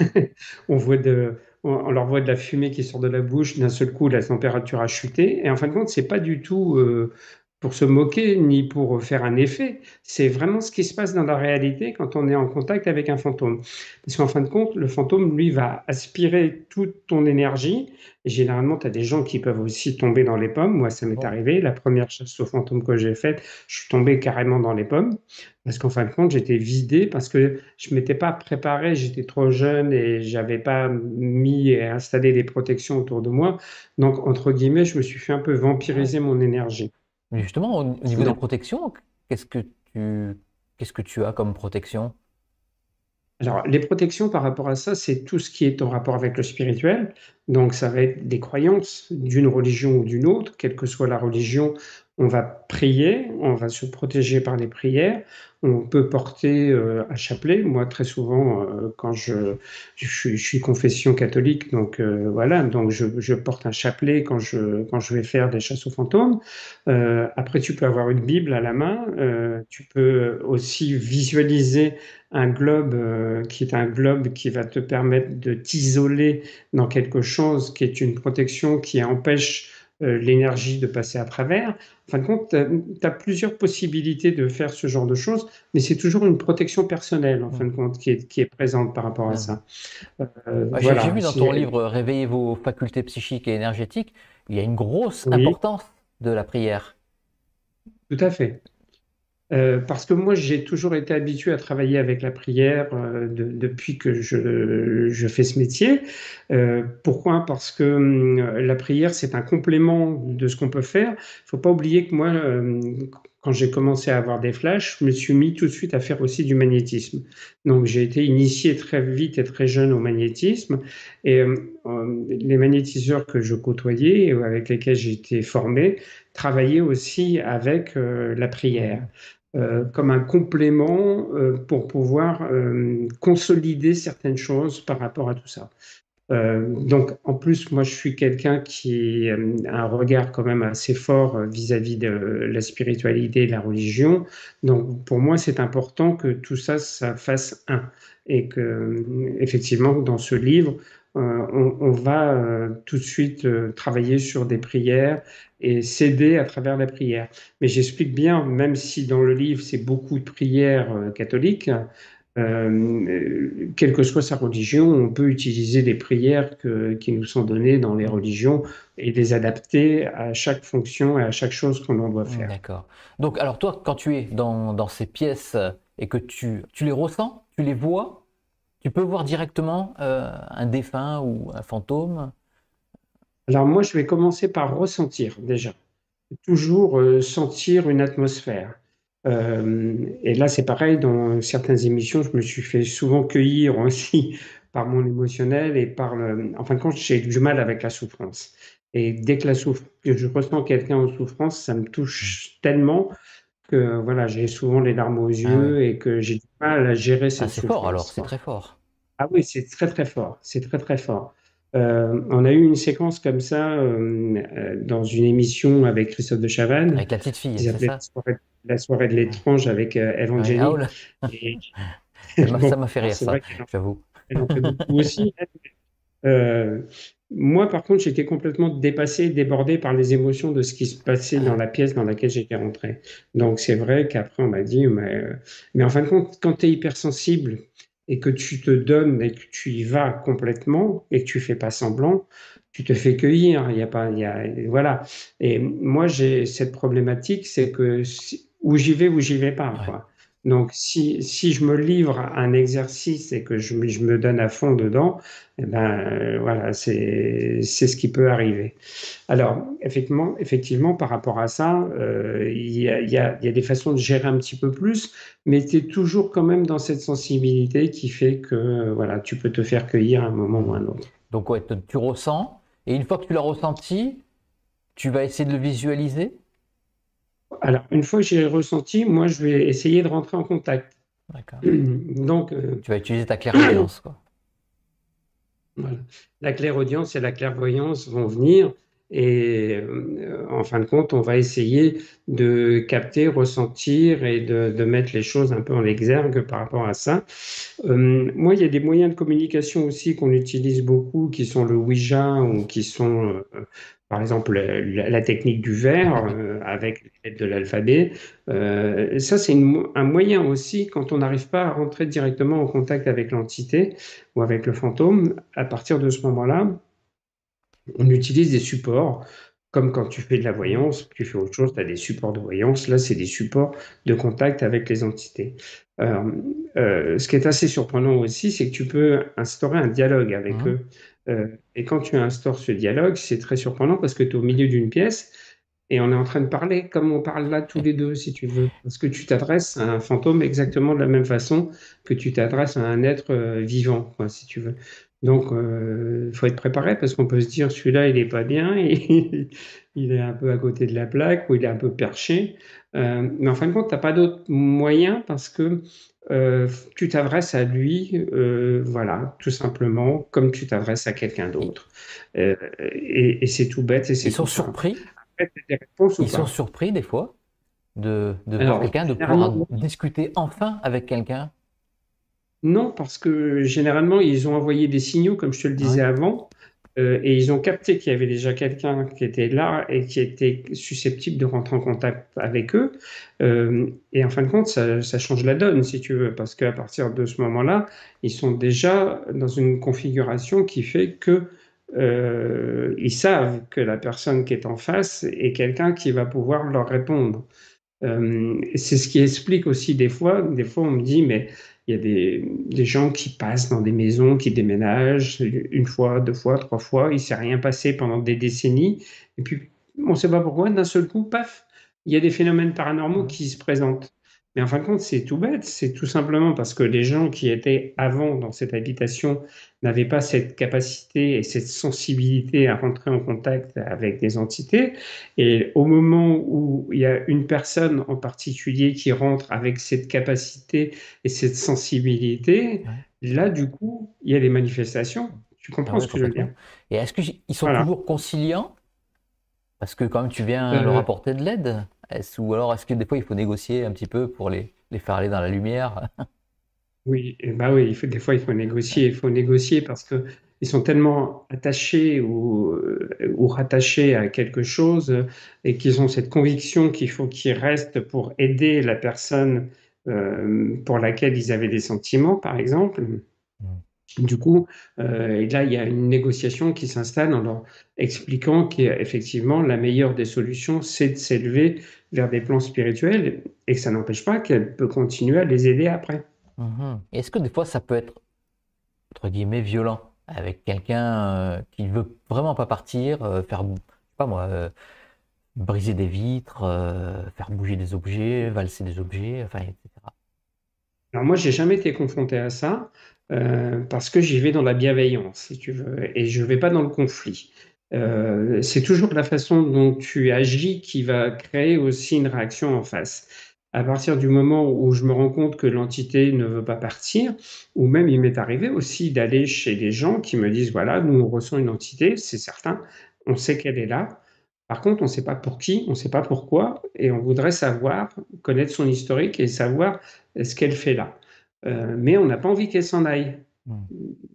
on voit de, on, on leur voit de la fumée qui sort de la bouche, d'un seul coup, la température a chuté. Et en fin de compte, c'est pas du tout euh, pour se moquer ni pour faire un effet. C'est vraiment ce qui se passe dans la réalité quand on est en contact avec un fantôme. Parce qu'en fin de compte, le fantôme, lui, va aspirer toute ton énergie. Et généralement, tu as des gens qui peuvent aussi tomber dans les pommes. Moi, ça
Ah
m'est
bon?
arrivé. La première chasse aux fantômes que j'ai faite, je suis tombé carrément dans les pommes. Parce qu'en fin de compte, j'étais vidé parce que je ne m'étais pas préparé, j'étais trop jeune et j'avais pas mis et installé les protections autour de moi. Donc, entre guillemets, je me suis fait un peu
Ah ouais.
vampiriser mon énergie.
Mais justement, au, au niveau des
Donc,
protections, qu'est-ce que tu, qu'est-ce que tu as comme protection?
alors, les protections par rapport à ça, c'est tout ce qui est en rapport avec le spirituel. Donc, ça va être des croyances d'une religion ou d'une autre, quelle que soit la religion. On va prier, on va se protéger par les prières. On peut porter euh, un chapelet. Moi, très souvent, euh, quand je, je, suis, je suis confession catholique, donc euh, voilà, donc je, je porte un chapelet quand je, quand je vais faire des chasses aux fantômes. Euh, après, tu peux avoir une Bible à la main. Euh, tu peux aussi visualiser un globe euh, qui est un globe qui va te permettre de t'isoler dans quelque chose qui est une protection qui empêche euh, l'énergie de passer à travers. En fin de compte, tu as plusieurs possibilités de faire ce genre de choses, mais c'est toujours une protection personnelle, en fin
Hmm.
de compte, qui est, qui est présente par rapport à
Hmm.
ça. Euh,
Ouais, J'ai j'ai
voilà.
vu dans ton
c'est-
livre Réveiller vos facultés psychiques et énergétiques, il y a une grosse
Oui,
importance de la prière.
tout à fait. Euh, parce que moi, j'ai toujours été habitué à travailler avec la prière euh, de- depuis que je, je fais ce métier. Euh, pourquoi? Parce que hum, la prière, c'est un complément de ce qu'on peut faire. Il faut pas oublier que moi, euh, quand j'ai commencé à avoir des flashs, je me suis mis tout de suite à faire aussi du magnétisme. Donc, j'ai été initié très vite et très jeune au magnétisme. Et euh, euh, les magnétiseurs que je côtoyais, et avec lesquels j'ai été formé, travaillaient aussi avec euh, la prière
Mhm.
euh, comme un complément euh, pour pouvoir euh, consolider certaines choses par rapport à tout ça. Euh, donc, en plus, moi, je suis quelqu'un qui euh, a un regard quand même assez fort euh, vis-à-vis de la spiritualité et de la religion. Donc, pour moi, c'est important que tout ça, ça fasse un. Et que, euh, effectivement, dans ce livre, euh, on, on va euh, tout de suite euh, travailler sur des prières et s'aider à travers la prière. Mais j'explique bien, même si dans le livre, c'est beaucoup de prières euh, catholiques, euh, quelle que soit sa religion, on peut utiliser les prières que- qui nous sont données dans les
Hmm.
religions et les adapter à chaque fonction et à chaque chose qu'on en doit
Hmm,
faire.
d'accord. Donc, alors toi, quand tu es dans, dans ces pièces euh, et que tu, tu les ressens, tu les vois, tu peux voir directement euh, un défunt ou un fantôme.
Alors moi, je vais commencer par ressentir déjà, toujours euh, sentir une atmosphère. Euh, et là, c'est pareil, dans certaines émissions, je me suis fait souvent cueillir aussi par mon émotionnel et par le... En fin de compte, j'ai du mal avec la souffrance. Et dès que, la souff... que je ressens quelqu'un en souffrance, ça me
Hmm.
touche tellement que voilà, j'ai souvent les larmes aux
Ah oui.
yeux et que j'ai du mal à gérer
Ah,
cette
c'est fort alors,
souffrance,
c'est
quoi.
très fort.
Ah oui, c'est très très fort, c'est très très fort. Euh, on a eu une séquence comme ça euh, euh, dans une émission avec Christophe de Chavannes
Avec la petite
qui
fille, c'est
s'appelait La
ça?
soirée, La soirée de
Ouais.
l'étrange avec euh,
Ouais. Ah, oh
Evangélie.
là,
Et
ça m'a ça
bon,
m'a fait
alors
rire
c'est
ça,
vrai qu'elle en,
j'avoue.
elle en fait beaucoup aussi. Euh, Moi, par contre, j'étais complètement dépassé, débordé par les émotions de ce qui se passait
Ah
dans
ouais.
la pièce dans laquelle j'étais rentré. Donc, c'est vrai qu'après, on m'a dit, mais, euh, mais en fin de compte, quand tu es hypersensible et que tu te donnes et que tu y vas complètement et que tu fais pas semblant, tu te fais cueillir. Il y a pas, il y a, voilà. Et moi, j'ai cette problématique, c'est que si- où j'y vais, où j'y vais pas,
Ouais.
quoi. Donc, si, si je me livre à un exercice et que je, me- je me donne à fond dedans, eh ben, euh, voilà, c'est c'est ce qui peut arriver. Alors, effectivement, effectivement, par rapport à ça, euh, il y a, il y a- il y a des façons de gérer un petit peu plus, mais tu es toujours quand même dans cette sensibilité qui fait que euh, voilà, tu peux te faire cueillir à un moment ou à
Hmm.
un autre.
Donc ouais, te- tu ressens, et une fois que tu l'as ressenti, tu vas essayer de le visualiser.
Alors, une fois que j'ai ressenti, moi, je vais essayer de rentrer en contact.
D'accord.
Donc, euh,
Tu vas utiliser ta clairaudience, quoi.
voilà. La clairaudience et la clairvoyance vont venir et euh, en fin de compte, on va essayer de capter, ressentir et de, de mettre les choses un peu en exergue par rapport à ça. Euh, moi, il y a des moyens de communication aussi qu'on utilise beaucoup, qui sont le Ouija ou qui sont, euh, par exemple, la, la- la technique du verre euh, avec les lettres de l'alphabet. Euh, ça, c'est une mo- un moyen aussi, quand on n'arrive pas à rentrer directement en contact avec l'entité ou avec le fantôme, à partir de ce moment-là, on utilise des supports, comme quand tu fais de la
Mhm.
voyance, tu fais autre chose, tu as des supports de voyance. Là, c'est des supports de contact avec les entités. Euh, euh, ce qui est assez surprenant aussi, c'est que tu peux instaurer un dialogue avec
Mhm.
eux. Euh, et quand tu instaures ce dialogue, c'est très surprenant parce que tu es au milieu d'une pièce et on est en train de parler comme on parle là tous les deux, si tu veux. Parce que tu t'adresses à un fantôme exactement de la même façon que tu t'adresses à un être euh, vivant, quoi, si tu veux. Donc, il faut être préparé parce qu'on peut se dire, celui-là, il n'est pas bien, et il est un peu à côté de la plaque ou il est un peu perché. Euh, mais en fin de compte, tu n'as pas d'autre moyen parce que euh, tu t'adresses à lui, euh, voilà, tout simplement, comme tu t'adresses à quelqu'un
Ils,
d'autre. Euh, et et c'est tout bête et
ils
c'est
sont
tout simple.
surpris,
Après, tu as des réponses ou
ils sont
pas?
surpris des fois de, de voir
Alors,
quelqu'un, de
généralement,
pouvoir discuter enfin avec quelqu'un.
non, parce que généralement, ils ont envoyé des signaux, comme je te le disais
Ouais.
avant, euh, et ils ont capté qu'il y avait déjà quelqu'un qui était là et qui était susceptible de rentrer en contact avec eux. Euh, et en fin de compte, ça, ça change la donne, si tu veux, parce qu'à partir de ce moment-là, ils sont déjà dans une configuration qui fait que euh, ils savent que la personne qui est en face est quelqu'un qui va pouvoir leur répondre. Euh, et c'est ce qui explique aussi des fois, des fois on me dit, mais il y a des, des gens qui passent dans des maisons, qui déménagent une fois, deux fois, trois fois, il ne s'est rien passé pendant des décennies, et puis on ne sait pas pourquoi, d'un seul coup, paf, il y a des phénomènes paranormaux
Mhm.
qui se présentent. Mais en fin de compte, c'est tout bête, c'est tout simplement parce que les gens qui étaient avant dans cette habitation n'avaient pas cette capacité et cette sensibilité à rentrer en contact avec des entités. Et au moment où il y a une personne en particulier qui rentre avec cette capacité et cette sensibilité,
Ouais.
là, du coup, il y a des manifestations. Tu
Ah
comprends
ouais,
ce que je veux dire?
complètement. Et est-ce qu'ils sont
Voilà.
toujours conciliants? Parce que quand même tu viens leur
Euh,
apporter de l'aide. Est-ce, ou alors est-ce que des fois il faut négocier un petit peu pour les, les faire aller dans la lumière?
oui, et bah oui, il faut, des fois, il faut négocier. Il faut négocier parce que ils sont tellement attachés ou, euh, ou rattachés à quelque chose euh, et qu'ils ont cette conviction qu'il faut qu'ils restent pour aider la personne euh, pour laquelle ils avaient des sentiments, par exemple.
Mm.
Du coup, euh, et là, il y a une négociation qui s'installe en leur expliquant qu'effectivement, la meilleure des solutions, c'est de s'élever vers des plans spirituels et que ça n'empêche pas qu'elle peut continuer à les aider après.
Mhm. Est-ce que des fois ça peut être, entre guillemets, violent avec quelqu'un euh, qui veut vraiment pas partir, euh, faire, je sais pas moi, euh, briser des vitres, euh, faire bouger des objets, valser des objets, enfin, et cetera.
Alors moi, j'ai jamais été confronté à ça euh, parce que j'y vais dans la bienveillance, si tu veux, et je vais pas dans le conflit. Euh, c'est toujours la façon dont tu agis qui va créer aussi une réaction en face. À partir du moment où je me rends compte que l'entité ne veut pas partir, ou même il m'est arrivé aussi d'aller chez des gens qui me disent, voilà, nous on ressent une entité, c'est certain, on sait qu'elle est là. Par contre, on ne sait pas pour qui, on ne sait pas pourquoi, et on voudrait savoir, connaître son historique et savoir ce qu'elle fait là. Euh, mais on n'a pas envie qu'elle s'en aille.
Mm.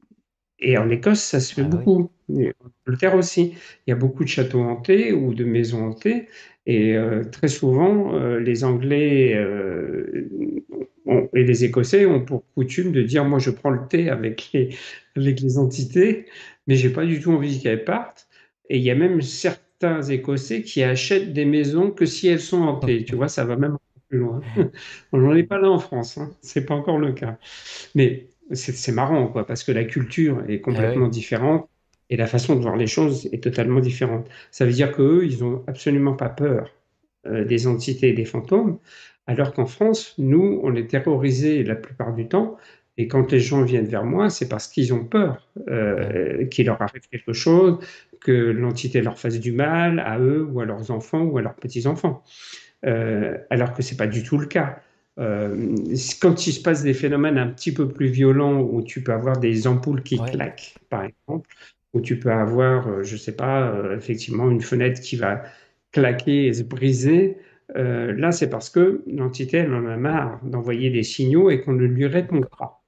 Et en Écosse, ça se fait
Ah bah oui.
beaucoup. Et en Angleterre aussi. Il y a beaucoup de châteaux hantés ou de maisons hantées. Et euh, très souvent, euh, les Anglais euh, ont- et les Écossais ont pour coutume de dire, moi, je prends le thé avec les, avec les entités, mais j'ai pas du tout envie qu'elles partent. Et il y a même certains Écossais qui achètent des maisons que si elles sont hantées. Tu vois, ça va même encore plus loin. On n'en est pas là en France, hein. C'est pas encore le cas. Mais c'est c'est marrant, quoi, parce que la culture est
Eh
complètement
oui.
différente et la façon de voir les choses est totalement différente. Ça veut dire qu'eux, ils n'ont absolument pas peur euh, des entités et des fantômes, alors qu'en France, nous, on est terrorisés la plupart du temps. Et quand les gens viennent vers moi, c'est parce qu'ils ont peur
Ouais.
euh, qu'il leur arrive quelque chose, que l'entité leur fasse du mal à eux ou à leurs enfants ou à leurs petits-enfants. Euh, alors que c'est pas du tout le cas. Euh, quand il se passe des phénomènes un petit peu plus violents où tu peux avoir des ampoules qui
Ouais.
claquent, par exemple, où tu peux avoir, euh, je sais pas, euh, effectivement une fenêtre qui va claquer et se briser, euh, là c'est parce que l'entité elle en a marre d'envoyer des signaux et qu'on ne lui répond
D'accord.
pas.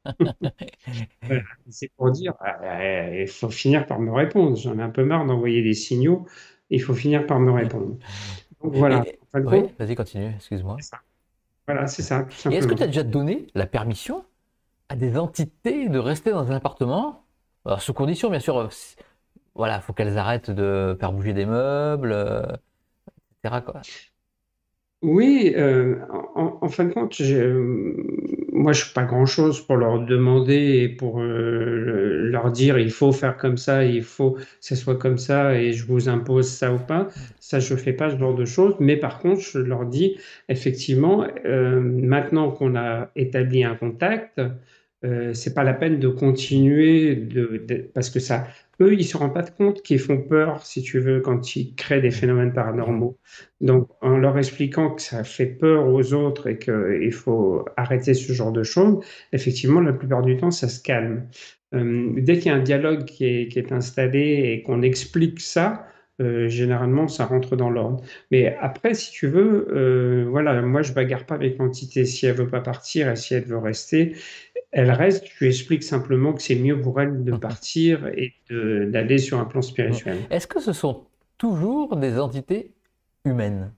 Voilà. C'est pour dire, euh, il faut finir par me répondre. J'en ai un peu marre d'envoyer des signaux, il faut finir par me répondre. Donc voilà,
Et
en fin de
oui,
compte,
vas-y, continue, excuse-moi.
c'est ça. Voilà, c'est ça, tout
Et est-ce que tu as
simplement.
déjà donné la permission à des entités de rester dans un appartement? Alors, sous condition, bien sûr, euh, si- voilà, faut qu'elles arrêtent de faire bouger des meubles, euh, et cetera quoi.
Oui, euh, en, en fin de compte, j'ai, euh, moi, je ne fais pas grand-chose pour leur demander et pour euh, leur dire il faut faire comme ça, il faut que ce soit comme ça et je vous impose ça ou pas. Ça, je ne fais pas ce genre de choses. Mais par contre, je leur dis effectivement, euh, maintenant qu'on a établi un contact, euh, c'est pas la peine de continuer de, de- parce que ça, eux, ils se rendent pas compte qu'ils font peur, si tu veux, quand ils créent des phénomènes
Mhm.
paranormaux. Donc, en leur expliquant que ça fait peur aux autres et qu'il faut arrêter ce genre de choses, effectivement, la plupart du temps, ça se calme. Euh, dès qu'il y a un dialogue qui est, qui est installé et qu'on explique ça, euh, généralement, ça rentre dans l'ordre. Mais après, si tu veux, euh, voilà, moi, je bagarre pas avec l'entité. Si elle veut pas partir et si elle veut rester, elle reste. Je lui explique simplement que c'est mieux pour elle de partir et de- d'aller sur un plan spirituel.
Est-ce que ce sont toujours des entités humaines?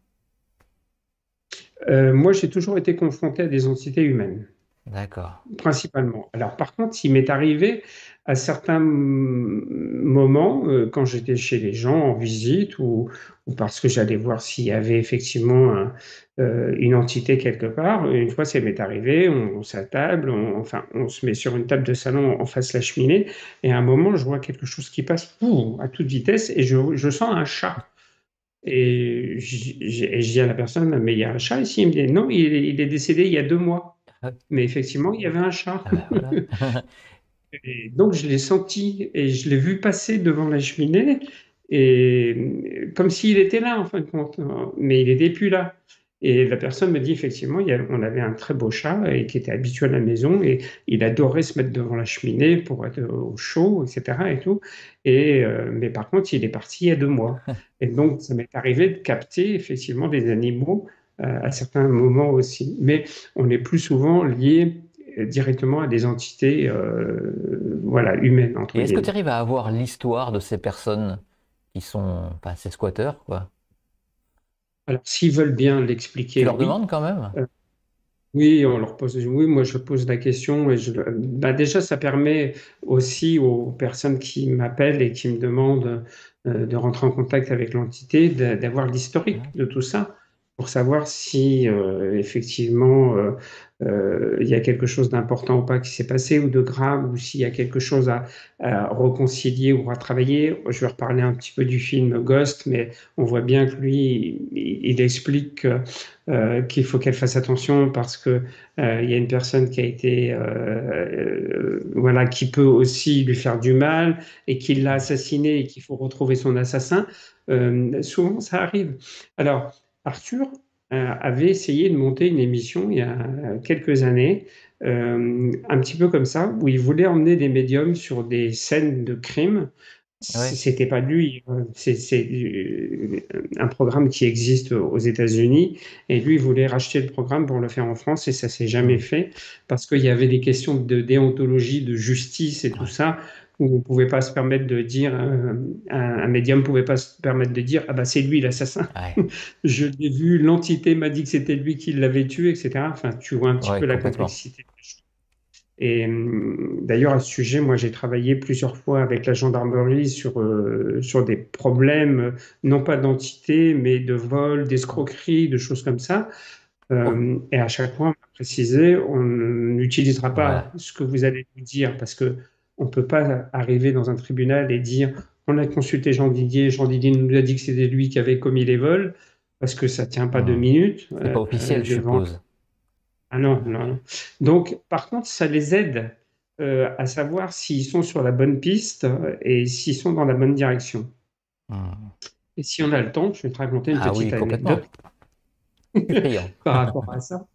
Euh, moi, j'ai toujours été confronté à des entités humaines.
D'accord.
Principalement. Alors, par contre, il m'est arrivé à certains m- moments, euh, quand j'étais chez les gens en visite ou, ou parce que j'allais voir s'il y avait effectivement un- euh, une entité quelque part. Une fois, ça m'est arrivé, on, on s'attable, on, enfin, on se met sur une table de salon en face de la cheminée, et à un moment, je vois quelque chose qui passe pouf, à toute vitesse et je, je sens un chat. Et j- j- et je dis à la personne, mais il y a un chat ici. Il me dit, non, il est il est décédé il y a deux mois.
Ah,
Mais effectivement, il y avait un chat.
ah bah voilà.
Et donc, je l'ai senti et je l'ai vu passer devant la cheminée, et comme s'il était là, en fin de compte, mais il n'était plus là. Et la personne me dit effectivement, il y a- on avait un très beau chat et qui était habitué à la maison et il adorait se mettre devant la cheminée pour être au chaud, et cetera et tout. Et, euh, mais par contre, il est parti il y a deux mois. Et donc, ça m'est arrivé de capter effectivement des animaux euh, à certains moments aussi. Mais on est plus souvent lié euh, directement à des entités euh, voilà, humaines, entre
Et est-ce que tu
guillemets.
arrives à avoir l'histoire de ces personnes qui sont, enfin, ces squatteurs, quoi?
Alors, s'ils veulent bien
Tu
l'expliquer,
leur
oui.
demandes quand même?
Euh, Oui, on leur pose, oui, moi je pose la question et je, bah déjà ça permet aussi aux personnes qui m'appellent et qui me demandent euh, de rentrer en contact avec l'entité, d'a- d'avoir l'historique
Ouais.
de tout ça pour savoir si euh, effectivement euh, euh, il y a quelque chose d'important ou pas qui s'est passé ou de grave ou s'il y a quelque chose à, à réconcilier ou à travailler. Je vais reparler un petit peu du film Ghost, mais on voit bien que lui, il, il explique euh, qu'il faut qu'elle fasse attention parce que euh, il y a une personne qui a été euh, euh, voilà qui peut aussi lui faire du mal et qui l'a assassiné et qu'il faut retrouver son assassin. Euh, souvent ça arrive. Alors Arthur euh, avait essayé de monter une émission il y a quelques années, euh, un petit peu comme ça, où il voulait emmener des médiums sur des scènes de crime.
Ouais.
C'était pas lui, hein. c'est c'est, euh, un programme qui existe aux États-Unis et lui il voulait racheter le programme pour le faire en France et ça s'est jamais
Hmm.
fait parce qu'il y avait des questions de déontologie, de justice et tout
Ouais.
ça où on pouvait pas se permettre de dire euh, un, un médium pouvait pas se permettre de dire ah bah c'est lui l'assassin.
Ouais.
Je l'ai vu, l'entité m'a dit que c'était lui qui l'avait tué, et cetera. Enfin, tu vois un petit
Ouais,
peu la
complètement.
complexité. Et hum, d'ailleurs, à ce sujet, moi, j'ai travaillé plusieurs fois avec la gendarmerie sur, euh, sur des problèmes, euh, non pas d'entité, mais de vol, d'escroquerie, de choses comme ça.
Oh,
Euh, et à chaque fois, on m'a précisé, on n'utilisera pas
voilà.
ce que vous allez nous dire, parce que on peut pas arriver dans un tribunal et dire, on a consulté Jean Didier, Jean Didier nous a dit que c'était lui qui avait commis les vols, parce que ça tient pas deux
Hmm.
minutes
C'est pas
euh, euh,
officiel, je
devant.
suppose.
Ah non, non, non. Donc, par contre, ça les aide euh, à savoir s'ils sont sur la bonne piste euh, et s'ils sont dans la bonne direction.
Hmm.
Et si on a le temps, je vais te raconter une
Ah
petite
oui, complètement.
anecdote
Je suis friand.
par rapport à ça.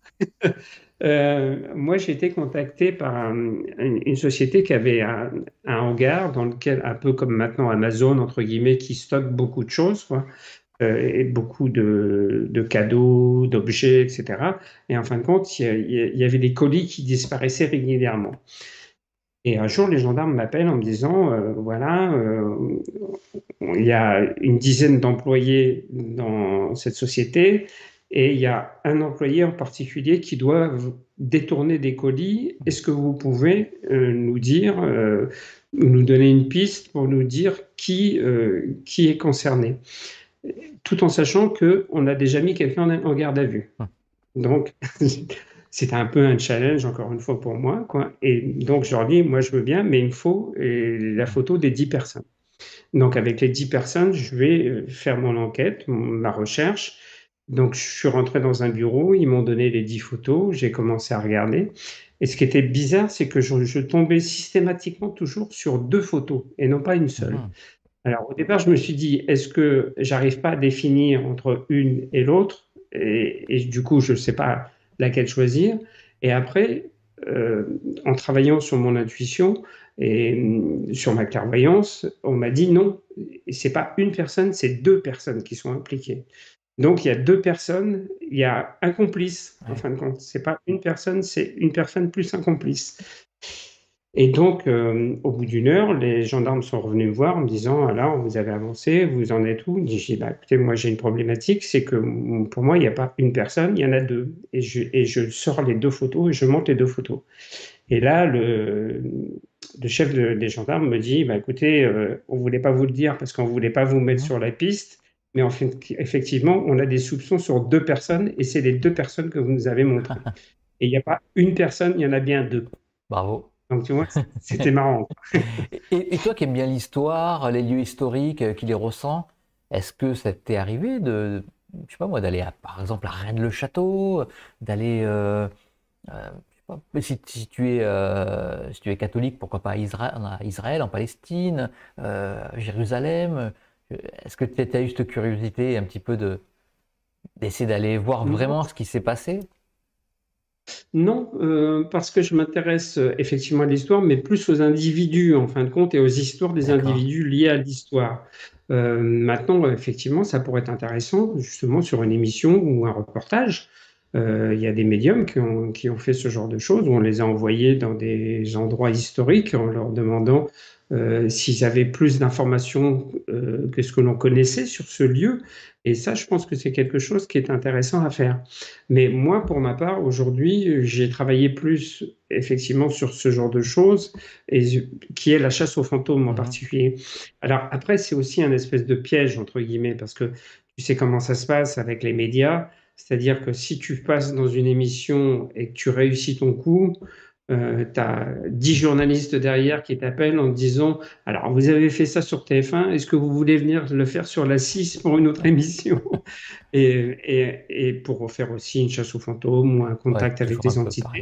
Euh, moi, j'ai été contacté par un- une, une société qui avait un, un hangar dans lequel, un peu comme maintenant Amazon, entre guillemets, qui stocke beaucoup de choses, quoi, euh, et beaucoup de, de cadeaux, d'objets, et cetera. Et en fin de compte, il y, a- il y avait des colis qui disparaissaient régulièrement. Et un jour, les gendarmes m'appellent en me disant, euh, voilà, euh, il y a une dizaine d'employés dans cette société et il y a un employé en particulier qui doit détourner des colis. Est-ce que vous pouvez euh, nous dire, euh, nous donner une piste pour nous dire qui, euh, qui est concerné? Tout en sachant qu'on a déjà mis quelqu'un en en garde à vue.
Hmm.
Donc, c'était un peu un challenge, encore une fois, pour moi, quoi. Et donc, je leur dis, moi, je veux bien, mais il me faut euh, la
Hmm.
photo des dix personnes. Donc, avec les dix personnes, je vais euh, faire mon enquête, mon- ma recherche. Donc, je suis rentré dans un bureau, ils m'ont donné les dix photos, j'ai commencé à regarder. Et ce qui était bizarre, c'est que je, je tombais systématiquement toujours sur deux photos et non pas une seule.
Mhm.
Alors, au départ, je me suis dit, est-ce que j'arrive pas à définir entre une et l'autre? Et, et du coup, je ne sais pas laquelle choisir. Et après, euh, en travaillant sur mon intuition et euh, sur ma clairvoyance, on m'a dit non, c'est pas une personne, c'est deux personnes qui sont impliquées. Donc, il y a deux personnes, il y a un complice, en
Ouais.
fin de compte. C'est pas une personne, c'est une personne plus un complice. Et donc, euh, au bout d'une heure, les gendarmes sont revenus me voir en me disant, alors, vous avez avancé, vous en êtes où? J'ai dit, bah, écoutez, moi j'ai une problématique, c'est que mm, pour moi, il n'y a pas une personne, il y en a deux. Et je, et je sors les deux photos et je monte les deux photos. Et là, le, le chef de- des gendarmes me dit, bah, écoutez, euh, on ne voulait pas vous le dire parce qu'on ne voulait pas vous mettre
Mhm.
sur la piste, mais en fait, effectivement, on a des soupçons sur deux personnes et c'est les deux personnes que vous nous avez montrées. Et il n'y a pas une personne, il y en a bien deux.
Bravo.
Donc, tu vois, c'était marrant.
Et, et toi qui aimes bien l'histoire, les lieux historiques, euh, qui les ressens, est-ce que ça t'est arrivé de, je sais pas moi, d'aller à, par exemple à Rennes-le-Château, d'aller, euh, euh, je sais pas, si, si tu es, euh, si tu es catholique, pourquoi pas à Israël, à Israël, en Palestine, euh, Jérusalem, euh, est-ce que tu as eu cette curiosité un petit peu de, d'essayer d'aller voir
Non,
vraiment ce qui s'est passé?
non, euh, parce que je m'intéresse euh, effectivement à l'histoire, mais plus aux individus en fin de compte et aux histoires des
D'accord.
individus liés à l'histoire. Euh, maintenant, effectivement, ça pourrait être intéressant justement sur une émission ou un reportage. Euh, Il y a des médiums qui ont, qui ont fait ce genre de choses, où on les a envoyés dans des endroits historiques en leur demandant euh, s'ils avaient plus d'informations euh, que ce que l'on connaissait sur ce lieu. Et ça, je pense que c'est quelque chose qui est intéressant à faire. Mais moi, pour ma part, aujourd'hui, j'ai travaillé plus effectivement sur ce genre de choses, et qui est la chasse aux fantômes en
Mhm.
particulier. Alors après, c'est aussi un espèce de piège, entre guillemets, parce que tu sais comment ça se passe avec les médias, c'est-à-dire que si tu passes dans une émission et que tu réussis ton coup, euh, tu as dix journalistes derrière qui t'appellent en te disant, alors vous avez fait ça sur T F un, est-ce que vous voulez venir le faire sur la six pour une autre émission? Et, et, et pour faire aussi une chasse aux fantômes ou un
Ouais,
contact avec
toujours un
des
peu pareil.
entités.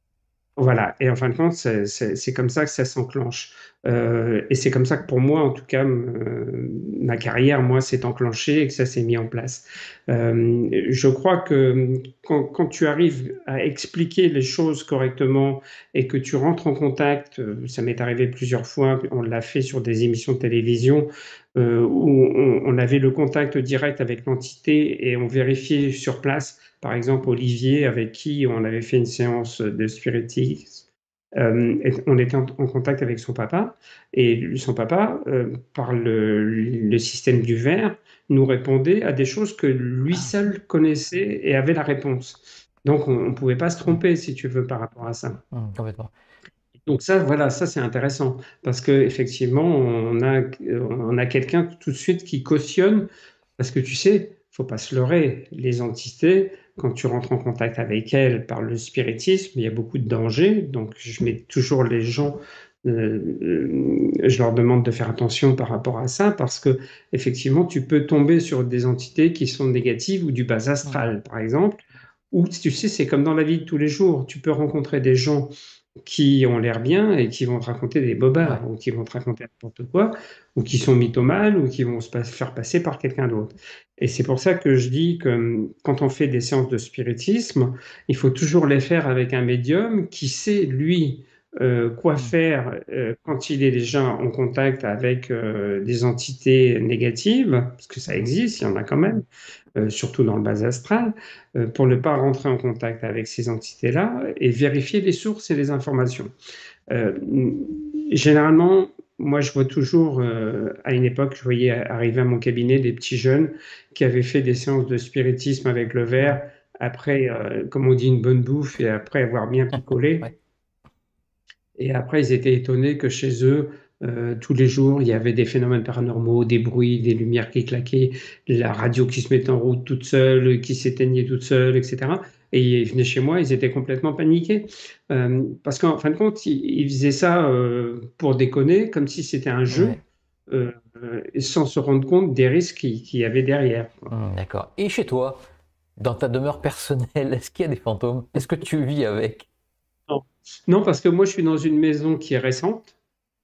Voilà, et en fin de compte, c'est c'est- c'est comme ça que ça s'enclenche. Euh, et c'est comme ça que pour moi, en tout cas, m- ma carrière, moi, s'est enclenchée et que ça s'est mis en place. Euh, je crois que quand, quand tu arrives à expliquer les choses correctement et que tu rentres en contact, euh, ça m'est arrivé plusieurs fois, on l'a fait sur des émissions de télévision, euh, où on, on avait le contact direct avec l'entité et on vérifiait sur place par exemple Olivier, avec qui on avait fait une séance de spiritisme. Euh, on était en, en, contact avec son papa, et son papa, euh, par le, le, système du verre, nous répondait à des choses que lui
Ah,
seul connaissait et avait la réponse. Donc on ne pouvait pas se
mhm.
tromper, si tu veux, par rapport à ça.
Mhm, complètement.
Donc ça, voilà, ça c'est intéressant parce que effectivement, on a, on a quelqu'un tout de suite qui cautionne parce que tu sais, faut pas se leurrer, les entités, quand tu rentres en contact avec elles par le spiritisme, il y a beaucoup de dangers. Donc je mets toujours les gens, euh, euh, je leur demande de faire attention par rapport à ça parce que effectivement, tu peux tomber sur des entités qui sont négatives ou du bas
Mhm.
astral, par exemple. Ou tu sais, c'est comme dans la vie de tous les jours, tu peux rencontrer des gens qui ont l'air bien et qui vont te raconter des
Ouais.
bobards ou qui vont te raconter n'importe quoi ou qui sont mythomanes ou qui vont se pas- faire passer par quelqu'un d'autre. Et c'est pour ça que je dis que hum, quand on fait des séances de spiritisme, il faut toujours les faire avec un médium qui sait, lui, euh, quoi
Mhm.
faire euh, quand il est déjà en contact avec euh, des entités négatives, parce que ça
Mhm.
existe, il y en a quand même, euh, surtout dans le bas astral, euh, pour ne pas rentrer en contact avec ces entités-là et vérifier les sources et les informations. Euh, Généralement, moi, je vois toujours, euh, à une époque, je voyais arriver à mon cabinet des petits jeunes qui avaient fait des séances de spiritisme avec le
Mhm.
verre, après, euh, comme on dit, une bonne bouffe et après avoir bien
Ouais.
picolé. Et après, ils étaient étonnés que chez eux, euh, tous les jours, il y avait des phénomènes paranormaux, des bruits, des lumières qui claquaient, la radio qui se mettait en route toute seule, qui s'éteignait toute seule, et cetera. Et ils venaient chez moi, ils étaient complètement paniqués. Euh, parce qu'en fin de compte, ils, ils faisaient ça euh, pour déconner, comme si c'était un jeu,
Ouais.
euh, euh, sans se rendre compte des risques qu'il qu'il y avait derrière, quoi.
Mhm, d'accord. Et chez toi, dans ta demeure personnelle, est-ce qu'il y a des fantômes? Est-ce que tu vis avec?
Non. Non, parce que moi, je suis dans une maison qui est récente.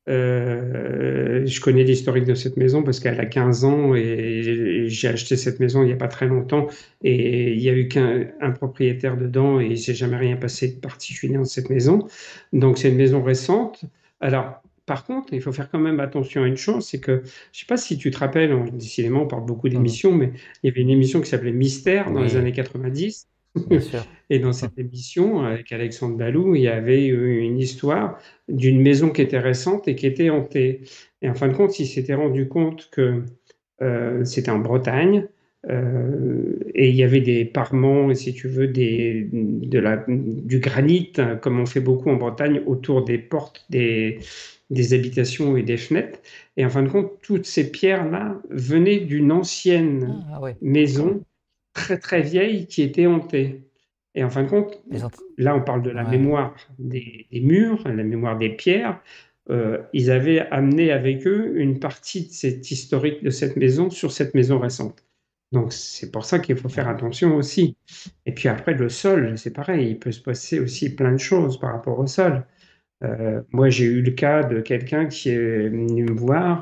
Euh, je connais l'historique de cette maison parce qu'elle a quinze ans et j'ai acheté cette maison il n'y a pas très longtemps et il n'y a eu qu'un un propriétaire dedans et il ne s'est jamais rien passé de particulier dans cette maison. Donc c'est une maison récente. Alors par contre, il faut faire quand même attention à une chose, c'est que je ne sais pas si tu te rappelles, on- décidément on parle beaucoup
Mhm.
d'émissions, mais il y avait une émission qui s'appelait Mystère dans les
Oui,
années quatre-vingt-dix.
bien sûr.
Et dans cette émission, avec Alexandre Balou, il y avait eu une histoire d'une maison qui était récente et qui était hantée. Et en fin de compte, il s'était rendu compte que euh, c'était en Bretagne, euh, et il y avait des parements, et si tu veux, des, de la, du granit, hein, comme on fait beaucoup en Bretagne, autour des portes des, des habitations et des fenêtres. Et en fin de compte, toutes ces pierres-là venaient d'une ancienne
Ah ouais, d'accord.
maison très très vieille qui était hantée. Et en fin de compte,
Les ent-
là on parle de la
Ouais.
mémoire des, des murs, la mémoire des pierres. Euh, ils avaient amené avec eux une partie de cette historique de cette maison sur cette maison récente. Donc c'est pour ça qu'il faut faire
Ouais.
attention aussi. Et puis après le sol, c'est pareil, il peut se passer aussi plein de choses par rapport au sol. Euh, moi j'ai eu le cas de quelqu'un qui est venu me voir.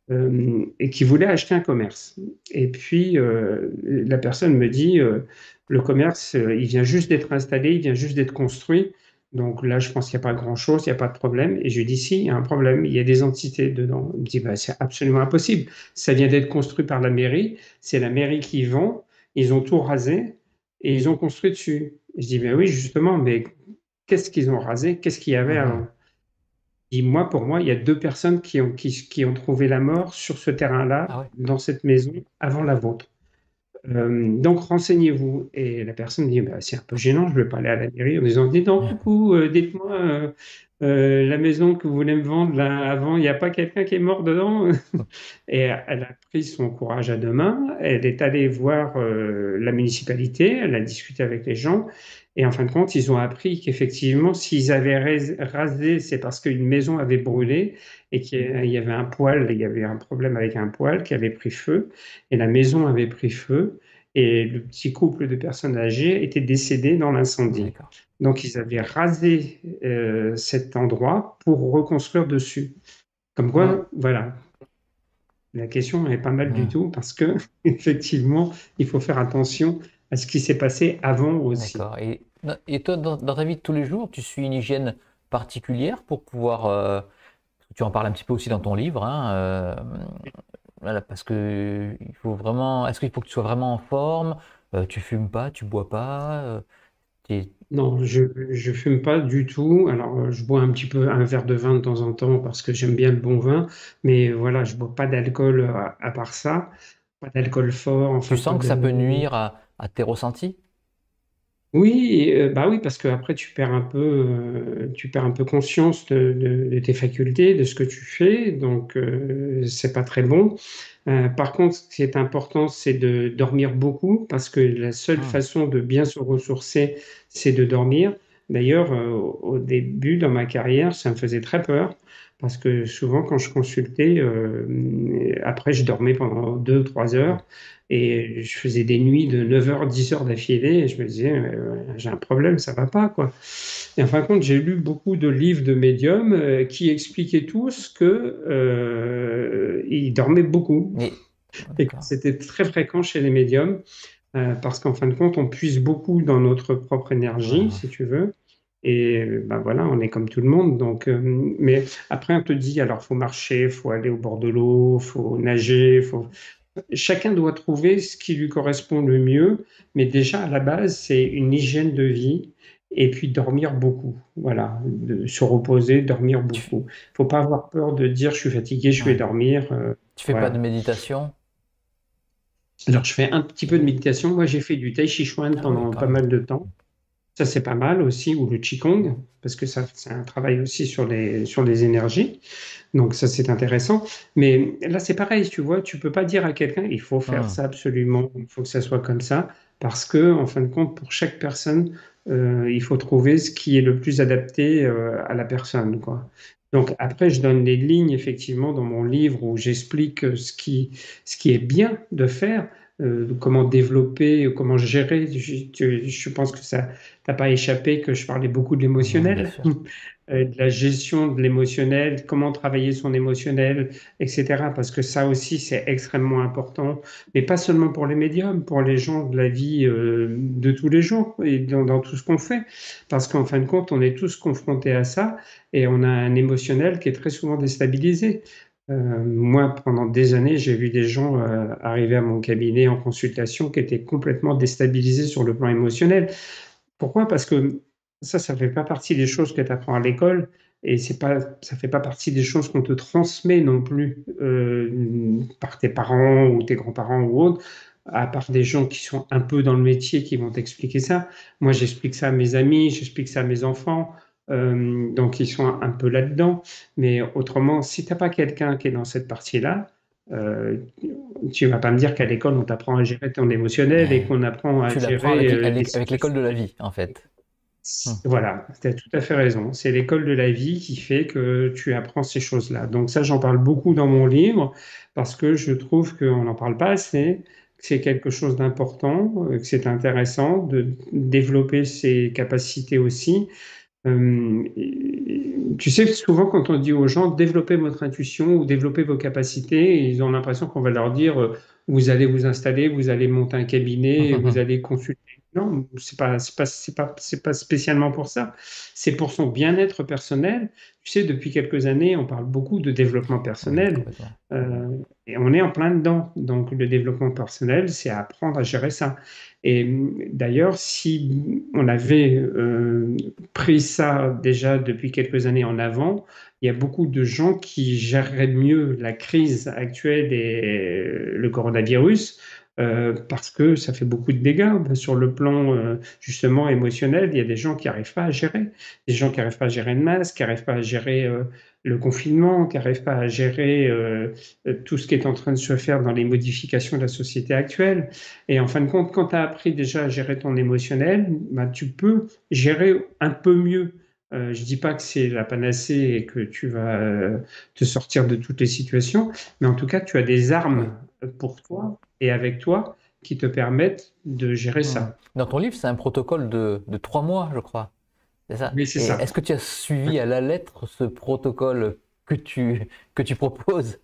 euh, et qui voulait acheter un commerce. Et puis, euh, la personne me dit, euh, le commerce, euh, il vient juste d'être installé, il vient juste d'être construit. Donc là, je pense qu'il n'y a pas grand-chose, il n'y a pas de problème. Et je lui dis, si, il y a un problème, il y a des entités dedans. Il me dit, bah, c'est absolument impossible. Ça vient d'être construit par la mairie, c'est la mairie qui vend, ils ont tout rasé et ils ont construit dessus. Et je dis, ben oui, justement, mais qu'est-ce qu'ils ont rasé? Qu'est-ce qu'il y avait
Mhm.
avant? Et moi, pour moi, il y a deux personnes qui ont, qui, qui ont trouvé la mort sur ce terrain-là,
Ah ouais.
dans cette maison, avant la vôtre. Euh, donc, renseignez-vous. Et la personne dit, bah, c'est un peu gênant, je ne vais pas aller à la mairie en disant, dites donc, coucou, euh, dites-moi, euh, euh, la maison que vous voulez me vendre là avant, il n'y a pas quelqu'un qui est mort dedans? Et elle a pris son courage à deux mains, elle est allée voir euh, la municipalité, elle a discuté avec les gens, et en fin de compte, ils ont appris qu'effectivement, s'ils avaient rais- rasé, c'est parce qu'une maison avait brûlé et qu'il y avait un poêle, il y avait un problème avec un poêle qui avait pris feu, et la maison avait pris feu, et le petit couple de personnes âgées était décédé dans l'incendie.
D'accord.
Donc, ils avaient rasé euh, cet endroit pour reconstruire dessus. Comme
Mm.
quoi, voilà, la question est pas mal du
Mm.
tout parce que, effectivement, il faut faire attention à ce qui s'est passé avant aussi.
D'accord. Et, et toi, dans, dans ta vie de tous les jours, tu suis une hygiène particulière pour pouvoir. Euh, tu en parles un petit peu aussi dans ton livre, hein, euh, voilà, parce que il faut vraiment. Est-ce qu'il faut que tu sois vraiment en forme? Euh, tu fumes pas, tu bois pas, euh, t'es-
Non, je je fume pas du tout. Alors, euh, je bois un petit peu un verre de vin de temps en temps parce que j'aime bien le bon vin, mais voilà, je bois pas d'alcool à, à part ça, pas d'alcool fort,
tu
enfin pas
sens que ça peut
de.
nuire à, à tes ressentis?
Oui, et, euh, bah oui, parce que après tu perds un peu, euh, tu perds un peu conscience de, de- de tes facultés, de ce que tu fais, donc euh, c'est pas très bon. Euh, par contre, ce qui est important, c'est de dormir beaucoup, parce que la seule
Hmm.
façon de bien se ressourcer, c'est de dormir. D'ailleurs, euh, au début, dans ma carrière, ça me faisait très peur, parce que souvent, quand je consultais, euh, après, je dormais pendant deux ou trois
Hmm.
heures, et je faisais des nuits de neuf heures, dix heures d'affilée, et je me disais, euh, j'ai un problème, ça va pas, quoi. Et en fin de compte, j'ai lu beaucoup de livres de médiums euh, qui expliquaient tous que euh, ils dormaient beaucoup
Mais
et que
d'accord.
c'était très fréquent chez les médiums euh, parce qu'en fin de compte, on puise beaucoup dans notre propre énergie,
Ouais.
si tu veux. Et ben voilà, on est comme tout le monde. Donc, euh, mais après, on te dit, alors, faut marcher, faut aller au bord de l'eau, faut nager, faut. Chacun doit trouver ce qui lui correspond le mieux, mais déjà à la base, c'est une hygiène de vie et puis dormir beaucoup. Voilà, de se reposer, dormir
Tu,
beaucoup. Faut pas avoir peur de dire je suis fatigué, je vais
ouais.
dormir. euh,
Tu fais pas de
voilà.
méditation?
Alors je fais un petit peu de méditation. Moi, j'ai fait du Tai Chi Chuan
Ah oui,
pendant
quand
pas
même.
mal de temps. Ça, c'est pas mal aussi, ou le Qigong, parce que ça, c'est un travail aussi sur les, sur les énergies. Donc ça, c'est intéressant. Mais là, c'est pareil, tu vois, tu peux pas dire à quelqu'un, il faut faire
Hmm.
ça absolument, il faut que ça soit comme ça, parce que, en fin de compte, pour chaque personne, euh, il faut trouver ce qui est le plus adapté euh, à la personne, quoi. Donc après, je donne des lignes, effectivement, dans mon livre où j'explique euh, ce qui, ce qui est bien de faire, euh, comment développer, comment gérer. Je, tu- je pense que ça t'a pas échappé que je parlais beaucoup de
Mhm, bien
l'émotionnel.
sûr.
euh, de la gestion de l'émotionnel, comment travailler son émotionnel, et cetera. Parce que ça aussi, c'est extrêmement important, mais pas seulement pour les médiums, pour les gens de la vie euh, de tous les jours et dans, dans tout ce qu'on fait. Parce qu'en fin de compte, on est tous confrontés à ça et on a un émotionnel qui est très souvent déstabilisé. Euh, moi, pendant des années, j'ai vu des gens euh, arriver à mon cabinet en consultation qui étaient complètement déstabilisés sur le plan émotionnel. Pourquoi? Parce que ça, ça fait pas partie des choses que tu apprends à l'école et c'est pas, ça fait pas partie des choses qu'on te transmet non plus euh, par tes parents ou tes grands-parents ou autres, à part des gens qui sont un peu dans le métier qui vont t'expliquer ça. Moi, j'explique ça à mes amis, j'explique ça à mes enfants, euh, donc ils sont un, un peu là-dedans. Mais autrement, si t'as pas quelqu'un qui est dans cette partie-là, euh, tu vas pas me dire qu'à l'école, on t'apprend à gérer ton émotionnel et
Mais
qu'on apprend à
tu l'apprends
gérer
avec,
euh, des
avec l'école
situations.
de la vie, en fait. Hmm.
Voilà, tu as tout à fait raison. C'est l'école de la vie qui fait que tu apprends ces choses-là. Donc ça, j'en parle beaucoup dans mon livre parce que je trouve qu'on n'en parle pas assez, que c'est quelque chose d'important, euh, que c'est intéressant de développer ses capacités aussi. Euh, Tu sais, souvent quand on dit aux gens développez votre intuition ou développez vos capacités, ils ont l'impression qu'on va leur dire euh, vous allez vous installer, vous allez monter un cabinet, vous allez consulter. Non, c'est pas, c'est pas, c'est pas, c'est pas spécialement pour ça. C'est pour son bien-être personnel. Tu sais, depuis quelques années, on parle beaucoup de développement
Oui,
personnel
complètement.
euh, et on est en plein dedans. Donc, le développement personnel, c'est apprendre à gérer ça. Et hum, d'ailleurs, si on avait euh, pris ça déjà depuis quelques années en avant, il y a beaucoup de gens qui géreraient mieux la crise actuelle et le coronavirus euh, parce que ça fait beaucoup de dégâts sur le plan euh, justement émotionnel. Il y a des gens qui n'arrivent pas à gérer, des gens qui n'arrivent pas à gérer le masque, qui n'arrivent pas à gérer euh, le confinement, qui n'arrivent pas à gérer euh, euh, tout ce qui est en train de se faire dans les modifications de la société actuelle. Et en fin de compte, quand tu as appris déjà à gérer ton émotionnel, bah, tu peux gérer un peu mieux. Euh, je dis pas que c'est la panacée et que tu vas euh, te sortir de toutes les situations, mais en tout cas, tu as des
Oui.
armes pour toi et avec toi qui te permettent de gérer
Hmm.
ça.
Dans ton livre, c'est un protocole de, de trois mois, je crois. C'est ça.
Oui, c'est
Et
ça.
est-ce que tu as suivi à la lettre ce protocole que tu, que tu proposes?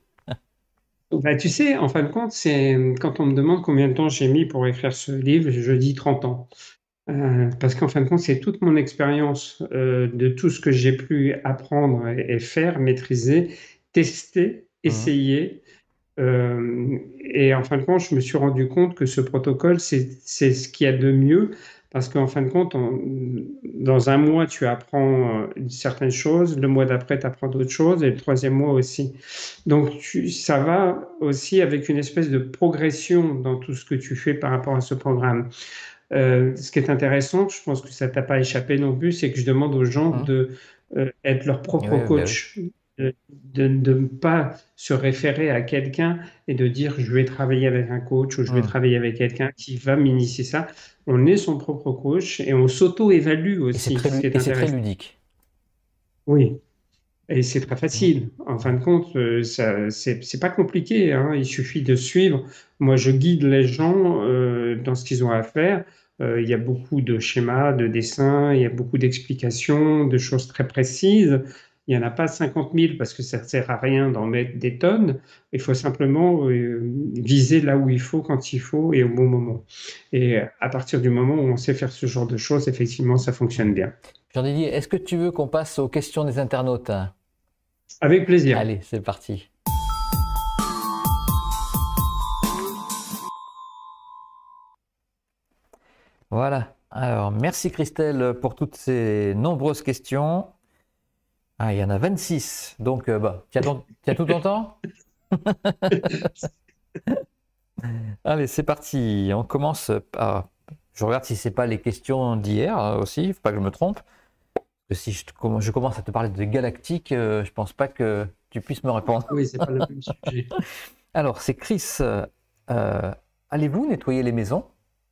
Bah, tu sais, en fin de compte, c'est quand on me demande combien de temps j'ai mis pour écrire ce livre, je dis trente ans. Euh, parce qu'en fin de compte, c'est toute mon expérience euh, de tout ce que j'ai pu apprendre et, et faire, maîtriser, tester,
Mhm.
essayer. Euh, et en fin de compte, je me suis rendu compte que ce protocole, c'est, c'est ce qu'il y a de mieux. Parce qu'en fin de compte, on- dans un mois, tu apprends euh, certaines choses, le mois d'après, tu apprends d'autres choses, et le troisième mois aussi. Donc, tu- ça va aussi avec une espèce de progression dans tout ce que tu fais par rapport à ce programme. Euh, ce qui est intéressant, je pense que ça t'a pas échappé non plus, c'est que je demande aux gens
Mhm.
de euh, être leur
Oui,
propre
oui, bah oui.
coach, de, de- de ne pas se référer à quelqu'un et de dire je vais travailler avec un coach ou je vais
Mhm.
travailler avec quelqu'un qui va m'initier ça. On est son propre coach et on s'auto-évalue
Et c'est
aussi,
très,
ce qui
lu-
est
et c'est très
intéressant.
ludique.
Oui. Et c'est très
Mhm.
facile. En fin
Ouais.
de compte, euh, ça, c'est c'est pas compliqué, hein. Il suffit de suivre. Moi, je guide les gens euh, dans ce qu'ils ont à faire. Euh, il y a beaucoup de schémas, de dessins, il y a beaucoup d'explications, de choses très précises. Il n'y en a pas cinquante mille parce que ça ne sert à rien d'en mettre des tonnes. Il faut simplement euh, viser là où il faut, quand il faut et au bon moment. Et à partir du moment où on sait faire ce genre de choses, effectivement, ça fonctionne
Mhm.
bien.
Jean-Didier, est-ce que tu veux qu'on passe aux questions des internautes?
Avec plaisir.
Allez, c'est parti. Voilà. Alors, merci Christelle pour toutes ces nombreuses questions. Ah, il y en a vingt-six. Donc, euh, bah, tu as, ton- tu as tout ton temps? Allez, c'est parti. On commence par... Je regarde si c'est pas les questions d'hier euh, aussi, faut pas que je me trompe. Parce que si je, te comm- je commence à te parler de galactique, euh, je pense pas que tu puisses me répondre.
Oui, c'est pas le même sujet.
Alors, c'est Chris. euh, euh, allez-vous nettoyer les maisons?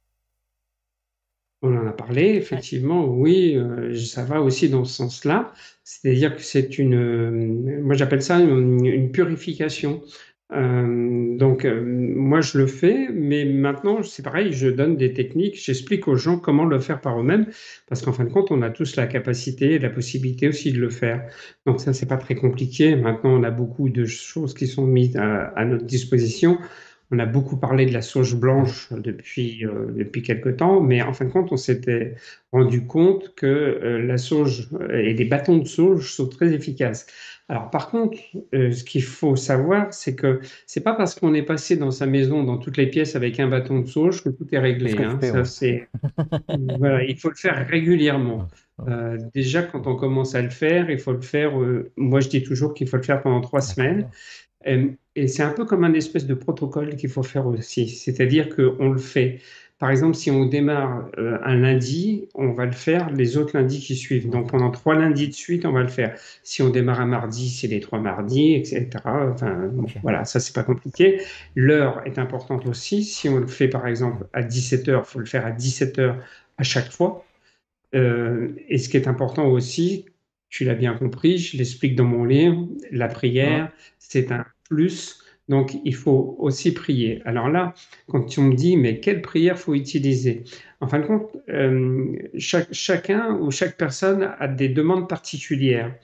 On en a parlé,
Ouais.
effectivement, oui, euh, ça va aussi dans ce sens-là. C'est-à-dire que c'est une, euh, moi j'appelle ça une, une purification. Euh, donc, euh, moi je le fais, mais maintenant c'est pareil, je donne des techniques, j'explique aux gens comment le faire par eux-mêmes, parce qu'en fin de compte, on a tous la capacité et la possibilité aussi de le faire. Donc ça, c'est pas très compliqué. Maintenant, on a beaucoup de choses qui sont mises à, à notre disposition. On a beaucoup parlé de la sauge
Ouais.
blanche depuis, euh, depuis quelque temps, mais en fin de compte, on s'était rendu compte que euh, la sauge euh, et les bâtons de sauge sont très efficaces. Alors, par contre, euh, ce qu'il faut savoir, c'est que c'est pas parce qu'on est passé dans sa maison, dans toutes les pièces avec un bâton de sauge que tout est
C'est ce
réglé,
que je
hein.
fais,
Ça,
moi.
c'est, voilà, il faut le faire régulièrement. Euh, déjà, quand on commence à le faire, il faut le faire. Euh, moi, je dis toujours qu'il faut le faire pendant trois semaines.
D'accord.
Euh, Et c'est un peu comme un espèce de protocole qu'il faut faire aussi. C'est-à-dire qu'on le fait. Par exemple, si on démarre euh, un lundi, on va le faire les autres lundis qui suivent. Donc
Mhm.
pendant trois lundis de suite, on va le faire. Si on démarre un mardi, c'est les trois mardis, et cetera. Enfin, bon,
Ok.
voilà, ça, c'est pas compliqué. L'heure est importante aussi. Si on le fait, par exemple, à dix-sept heures, il faut le faire à dix-sept heures à chaque fois. Euh, et ce qui est important aussi, tu l'as bien compris, je l'explique dans mon livre, la
Mhm.
prière, c'est un plus. Donc, il faut aussi prier. Alors là, quand on me dit, mais quelle prière faut utiliser? En fin de compte, euh, chaque- chacun ou chaque personne a des demandes particulières.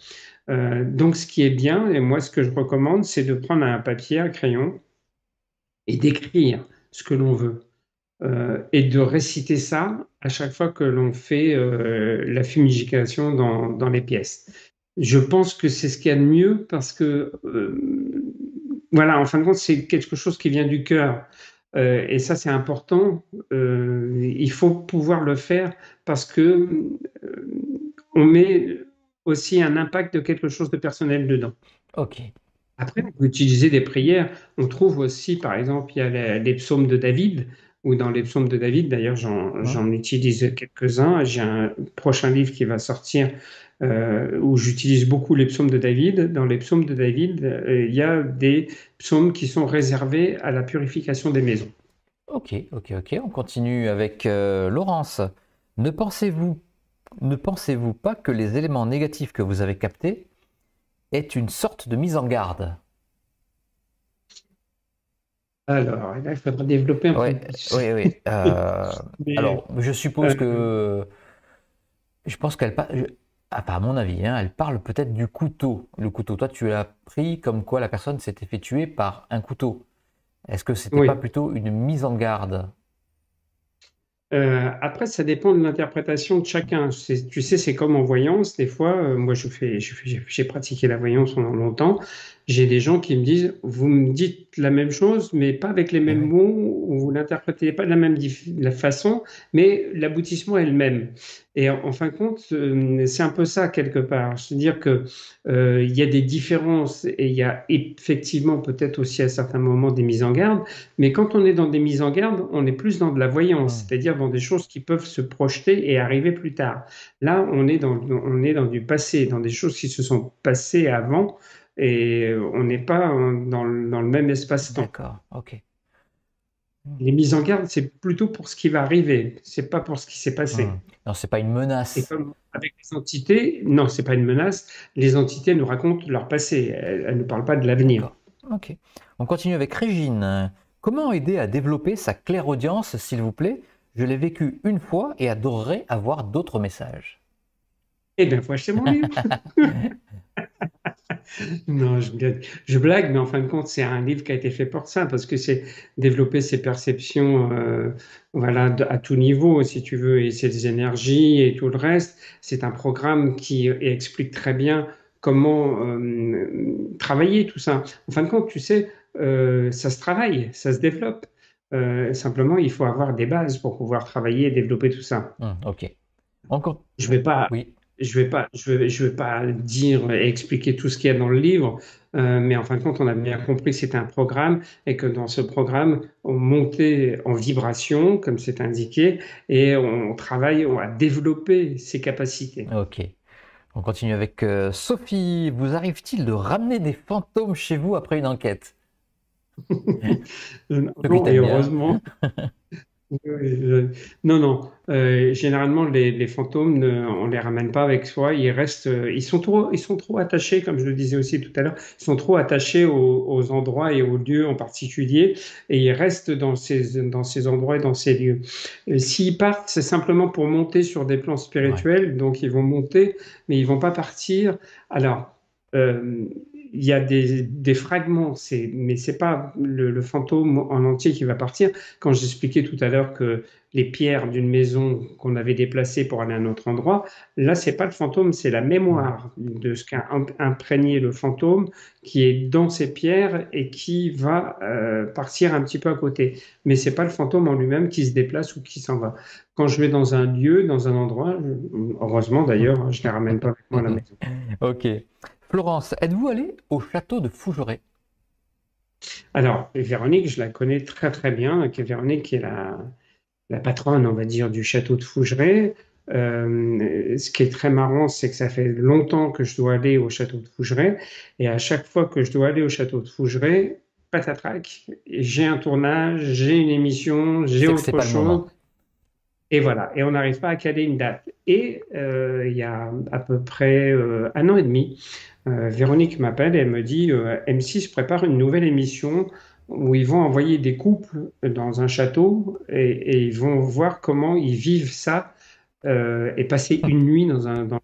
Euh, donc, ce qui est bien, et moi, ce que je recommande, c'est de prendre un papier, un crayon et d'écrire ce que l'on veut. Euh, et de réciter ça à chaque fois que l'on fait euh, la fumigation dans, dans les pièces. Je pense que c'est ce qu'il y a de mieux parce que, euh, voilà, en fin de compte, c'est quelque chose qui vient du cœur. Euh, et ça, c'est important. Euh, il faut pouvoir le faire parce que euh, on met aussi un impact de quelque chose de personnel dedans.
Ok.
Après, on peut utiliser des prières. On trouve aussi, par exemple, il y a les, les psaumes de David, ou dans les psaumes de David, d'ailleurs, j'en,
Hmm.
j'en utilise quelques-uns. J'ai un prochain livre qui va sortir euh, où j'utilise beaucoup les psaumes de David. Dans les psaumes de David, euh, il y a des psaumes qui sont réservés à la purification des maisons.
Ok, ok, ok. On continue avec euh, Laurence. Ne pensez-vous, ne pensez-vous pas que les éléments négatifs que vous avez captés est une sorte de mise en garde?
Alors, là, il faudra développer un peu
Ouais,
plus.
oui, oui. Euh,
Mais,
alors, je suppose
euh,
que, je pense qu'elle parle, je- ah, pas à mon avis, hein, elle parle peut-être du couteau. Le couteau, toi, tu l'as pris comme quoi la personne s'était fait tuer par un couteau. Est-ce que c'était pas
oui.
plutôt une mise en garde?
Euh, après, ça dépend de l'interprétation de chacun. C'est- Tu sais, c'est comme en voyance. Des fois, euh, moi, je fais, je fais- j'ai j'ai pratiqué la voyance pendant longtemps. J'ai des gens qui me disent, vous me dites la même chose, mais pas avec les
Eh
mêmes
oui.
mots, ou vous l'interprétez pas de la même dif- de la façon, mais l'aboutissement est le même. Et en, en fin de compte, euh, c'est un peu ça quelque part. C'est-à-dire que euh, il y a des différences et il y a effectivement peut-être aussi à certains moments des mises en garde. Mais quand on est dans des mises en garde, on est plus dans de la voyance,
Hmm,
c'est-à-dire dans des choses qui peuvent se projeter et arriver plus tard. Là, on est dans, on est dans du passé, dans des choses qui se sont passées avant, et on n'est pas dans, le- dans le même espace-temps.
d'accord, ok.
Les mises en garde, c'est plutôt pour ce qui va arriver, c'est pas pour ce qui s'est
Hmm.
passé.
Non, c'est pas une
Et
menace.
comme avec les entités, non, c'est pas une menace. Les entités nous racontent leur passé, elles, elles ne parlent pas de l'avenir.
D'accord, ok. On continue avec Régine. Comment aider à développer sa clairaudience, s'il vous plaît? Je l'ai vécu une fois et adorerais avoir d'autres messages.
Eh bien, faut acheter mon livre. Non, je, blague, je blague, mais en fin de compte, c'est un livre qui a été fait pour ça, parce que c'est développer ses perceptions, euh, voilà, de- à tout niveau, si tu veux, et ses énergies et tout le reste. C'est un programme qui explique très bien comment euh, travailler tout ça. En fin de compte, tu sais, euh, ça se travaille, ça se développe. Euh, simplement, il faut avoir des bases pour pouvoir travailler et développer tout ça.
Hmm, ok. Encore.
Je vais pas,
Oui,
je vais pas, je vais, je vais pas dire et expliquer tout ce qu'il y a dans le livre, euh, mais en fin de compte, on a bien compris que c'était un programme et que dans ce programme, on montait en vibration, comme c'est indiqué, et on travaille on a développé ses capacités.
ok. On continue avec euh, Sophie. Vous arrive-t-il de ramener des fantômes chez vous après une enquête? Sophie,
Non, et
t'aimes bien.
heureusement. Oui, je- Non, non. Euh, généralement, les, les fantômes, ne- on les ramène pas avec soi. Ils restent, euh, ils sont trop, ils sont trop attachés, comme je le disais aussi tout à l'heure, ils sont trop attachés aux, aux endroits et aux lieux en particulier, et ils restent dans ces, dans ces endroits et dans ces lieux. Et s'ils partent, c'est simplement pour monter sur des plans
Ouais.
spirituels, donc ils vont monter, mais ils vont pas partir. Alors, euh, il y a des, des fragments, c'est, mais c'est pas le, le fantôme en entier qui va partir. Quand j'expliquais tout à l'heure que les pierres d'une maison qu'on avait déplacées pour aller à un autre endroit, là, c'est pas le fantôme, c'est la
Hmm,
mémoire de ce qu'a imprégné le fantôme qui est dans ces pierres et qui va euh, partir un petit peu à côté. Mais c'est pas le fantôme en lui-même qui se déplace ou qui s'en va. Quand je vais dans un lieu, dans un endroit, je- heureusement d'ailleurs, je ne les ramène pas avec moi à la maison.
ok. Florence, êtes-vous allée au château de Fougeray?
Alors, Véronique, je la connais très très bien, qui est Véronique qui est la, la patronne, on va dire, du château de Fougeray. Euh, ce qui est très marrant, c'est que ça fait longtemps que je dois aller au château de Fougeray, et à chaque fois que je dois aller au château de Fougeray, patatrac, j'ai un tournage, j'ai une émission, j'ai
C'est que c'est
autre
pas le
chose,
moment.
et voilà, et on n'arrive pas à caler une date. Et euh, il y a à peu près euh, un an et demi, euh, Véronique m'appelle et elle me dit euh, M six prépare une nouvelle émission où ils vont envoyer des couples dans un château et, et ils vont voir comment ils vivent ça euh, et passer une nuit dans un, dans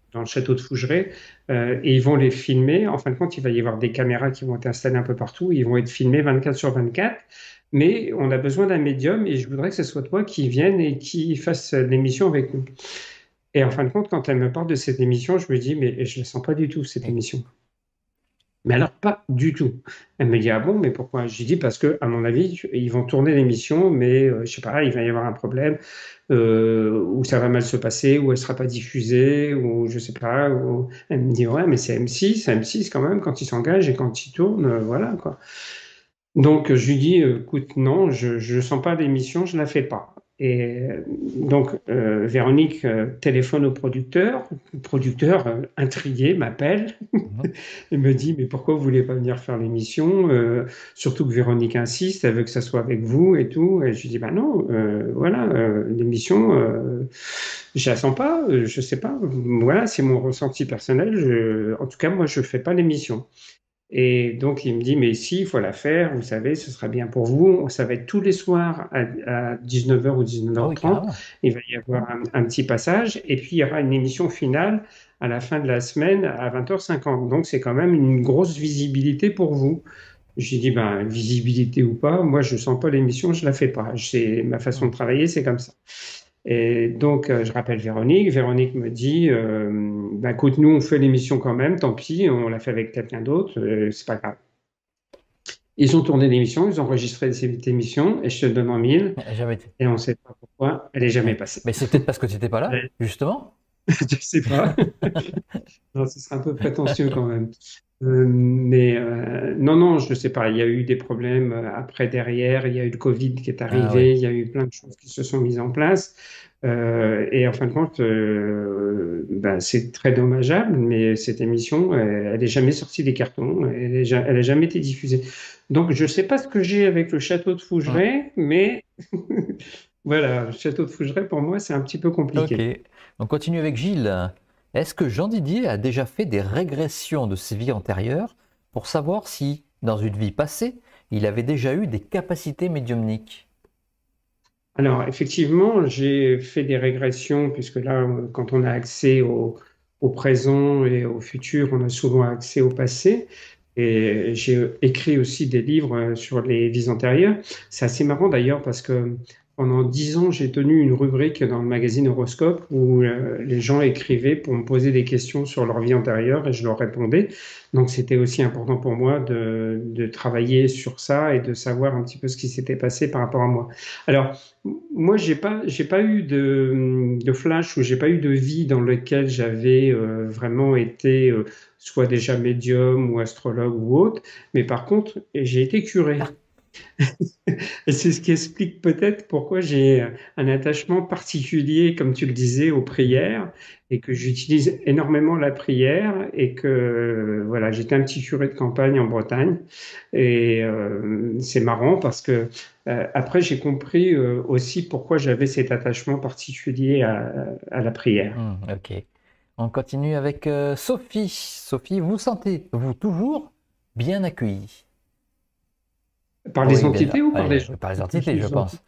dans le château de Fougeray, euh, et ils vont les filmer. En fin de compte, il va y avoir des caméras qui vont être installées un peu partout. Ils vont être filmés vingt-quatre sur vingt-quatre. Mais on a besoin d'un médium et je voudrais que ce soit toi qui vienne et qui fasse l'émission avec nous. Et en fin de compte, quand elle me parle de cette émission, je me dis, mais je ne la sens pas du tout, cette
Oui.
émission. Mais alors, pas du tout. Elle me dit, ah bon, mais pourquoi? Je lui dis, parce que, à mon avis, ils vont tourner l'émission, mais euh, je sais pas, il va y avoir un problème, euh, ou ça va mal se passer, ou elle sera pas diffusée, ou je sais pas. Ou... Elle me dit, ouais, mais c'est M six, M six quand même, quand ils s'engagent et quand ils tournent, euh, voilà, quoi. Donc, je lui dis, euh, écoute, non, je ne sens pas l'émission, je ne la fais pas. Et euh, donc, euh, Véronique euh, téléphone au producteur. Le producteur, euh, intrigué, m'appelle
Mhm.
et me dit, mais pourquoi vous voulez pas venir faire l'émission? Euh, surtout que Véronique insiste, elle veut que ça soit avec vous et tout. Et je lui dis, bah non, euh, voilà, euh, l'émission, euh, je la sens pas, euh, je sais pas. Voilà, c'est mon ressenti personnel. Je- en tout cas, moi, je fais pas l'émission. Et donc, il me dit, mais si, il faut la faire, vous savez, ce sera bien pour vous. Ça va être tous les soirs à, à dix-neuf heures ou
Ah oui,
dix-neuf heures trente.
carrément.
Il va y avoir un, un petit passage. Et puis, il y aura une émission finale à la fin de la semaine à vingt heures cinquante. Donc, c'est quand même une grosse visibilité pour vous. J'ai dit, ben, visibilité ou pas, moi, je sens pas l'émission, je la fais pas. C'est ma façon de
Mhm.
travailler, c'est comme ça. Et donc, euh, je rappelle Véronique. Véronique me dit, euh, bah, écoute, nous, on fait l'émission quand même, tant pis, on l'a fait avec quelqu'un d'autre, euh, c'est pas grave. Ils ont tourné l'émission, ils ont enregistré cette émission, et je te le donne en mille,
Jamais été.
et on ne sait pas pourquoi, elle n'est jamais
Ouais.
passée.
Mais c'est peut-être parce que tu n'étais pas là,
Ouais,
justement.
je ne sais pas. Non, ce serait un peu prétentieux quand même. Euh, mais euh, non, non, je ne sais pas. Il y a eu des problèmes euh, après, derrière. Il y a eu le Covid qui est
Ah oui.
arrivé. Il y a eu plein de choses qui se sont mises en place. Euh, et en fin de compte, euh, ben, c'est très dommageable, mais cette émission, euh, elle n'est jamais sortie des cartons. Elle n'est ja- elle a jamais été diffusée. Donc, je ne sais pas ce que j'ai avec le château de
Mhm.
Fougeray, mais voilà, le château de Fougeray, pour moi, c'est un petit peu
Ok.
compliqué.
On continue avec Gilles. Est-ce que Jean Didier a déjà fait des régressions de ses vies antérieures pour savoir si, dans une vie passée, il avait déjà eu des capacités médiumniques?
Alors, effectivement, j'ai fait des régressions, puisque là, euh, quand on a accès au, au présent et au futur, on a souvent accès au passé. Et j'ai écrit aussi des livres euh, sur les vies antérieures. C'est assez marrant d'ailleurs, parce que pendant dix ans, j'ai tenu une rubrique dans le magazine Horoscope où euh, les gens écrivaient pour me poser des questions sur leur vie antérieure et je leur répondais. Donc, c'était aussi important pour moi de, de travailler sur ça et de savoir un petit peu ce qui s'était passé par rapport à moi. Alors, moi, j'ai pas, j'ai pas eu de, de flash ou j'ai pas eu de vie dans lequel j'avais euh, vraiment été euh, soit déjà médium ou astrologue ou autre, mais par contre, j'ai été curé. Et c'est ce qui explique peut-être pourquoi j'ai un attachement particulier, comme tu le disais, aux prières et que j'utilise énormément la prière et que voilà, j'étais un petit curé de campagne en Bretagne et euh, c'est marrant parce que euh, après j'ai compris euh, aussi pourquoi j'avais cet attachement particulier à, à la prière.
Hmm, ok. On continue avec euh, Sophie. Sophie, vous sentez-vous toujours bien accueillie?
Par les
Oui, bien sûr.
entités ou par les
Allez,
gens?
par les
Que je
entités, je
les
pense.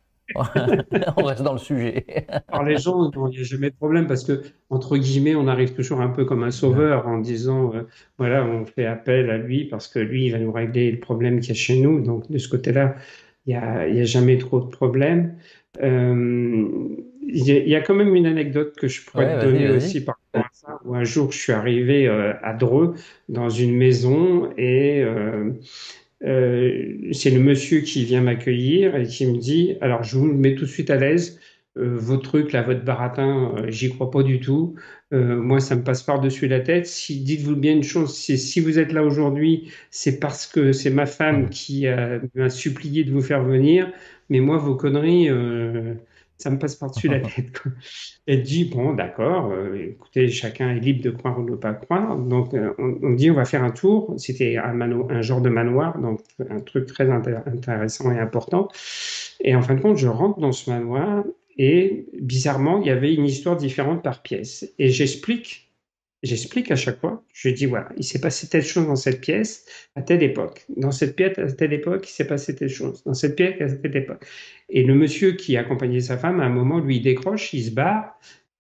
On reste dans le sujet.
Par les gens, non, il n'y a jamais de problème parce que, entre guillemets, on arrive toujours un peu comme un sauveur en disant, euh, voilà, on fait appel à lui parce que lui, il va nous régler le problème qu'il y a chez nous. Donc, de ce côté-là, il n'y a, il y a jamais trop de problèmes. Euh, il y a, il y a quand même une anecdote que je pourrais
Ouais,
te
vas-y,
donner
vas-y.
aussi par rapport à ça, où un jour, je suis arrivé euh, à Dreux dans une maison et euh, euh, c'est le monsieur qui vient m'accueillir et qui me dit, alors je vous mets tout de suite à l'aise, euh, vos trucs là, votre baratin, euh, j'y crois pas du tout. Euh, moi, ça me passe par-dessus la tête. Si, dites-vous bien une chose, c'est si vous êtes là aujourd'hui, c'est parce que c'est ma femme
Mhm.
qui a- m'a supplié de vous faire venir. Mais moi, vos conneries, euh, ça me passe par-dessus la tête, quoi. Elle dit, bon, d'accord, euh, écoutez, chacun est libre de croire ou de ne pas croire. Donc, euh, on, on dit, on va faire un tour. C'était un, mano- un genre de manoir, donc un truc très intér- intéressant et important. Et en fin de compte, je rentre dans ce manoir et bizarrement, il y avait une histoire différente par pièce. Et j'explique, j'explique à chaque fois. Je dis, voilà, il s'est passé telle chose dans cette pièce à telle époque. Dans cette pièce à telle époque, il s'est passé telle chose. Dans cette pièce à telle époque. Et le monsieur qui accompagnait sa femme, à un moment, lui, il décroche, il se barre.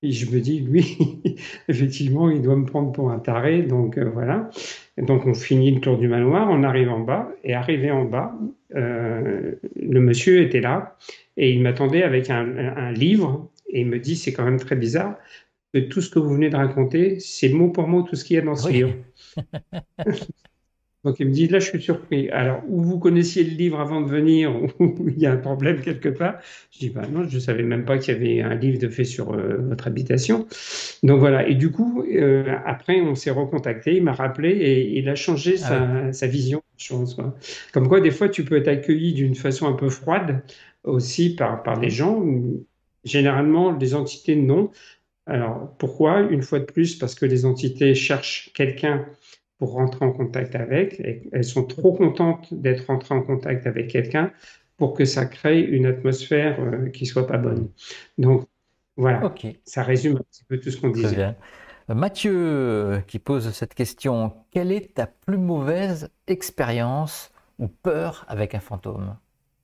Et je me dis, lui, effectivement, il doit me prendre pour un taré. Donc euh, voilà. Et donc on finit le tour du manoir, on arrive en bas. Et arrivé en bas, euh, le monsieur était là et il m'attendait avec un, un livre. Et il me dit, c'est quand même très bizarre, que tout ce que vous venez de raconter, c'est mot pour mot tout ce qu'il y a dans
Ah
ce
oui.
livre. Donc il me dit, là, je suis surpris. Alors, ou vous connaissiez le livre avant de venir, ou il y a un problème quelque part. Je dis, bah non, je ne savais même pas qu'il y avait un livre de fait sur euh, votre habitation. Donc voilà. Et du coup, euh, après, on s'est recontacté. Il m'a rappelé et il a changé
Ah oui.
sa, sa vision des choses, quoi. Comme quoi, des fois, tu peux être accueilli d'une façon un peu froide aussi par, par les
Mhm.
gens. Généralement, les entités, non. Alors, pourquoi? Une fois de plus, parce que les entités cherchent quelqu'un pour rentrer en contact avec. Et elles sont trop contentes d'être rentrées en contact avec quelqu'un pour que ça crée une atmosphère euh, qui soit pas
Hmm.
bonne. Donc, voilà,
Ok,
ça résume un petit peu tout ce qu'on
très
disait.
bien. Euh, Mathieu euh, qui pose cette question, quelle est ta plus mauvaise expérience ou peur avec un fantôme?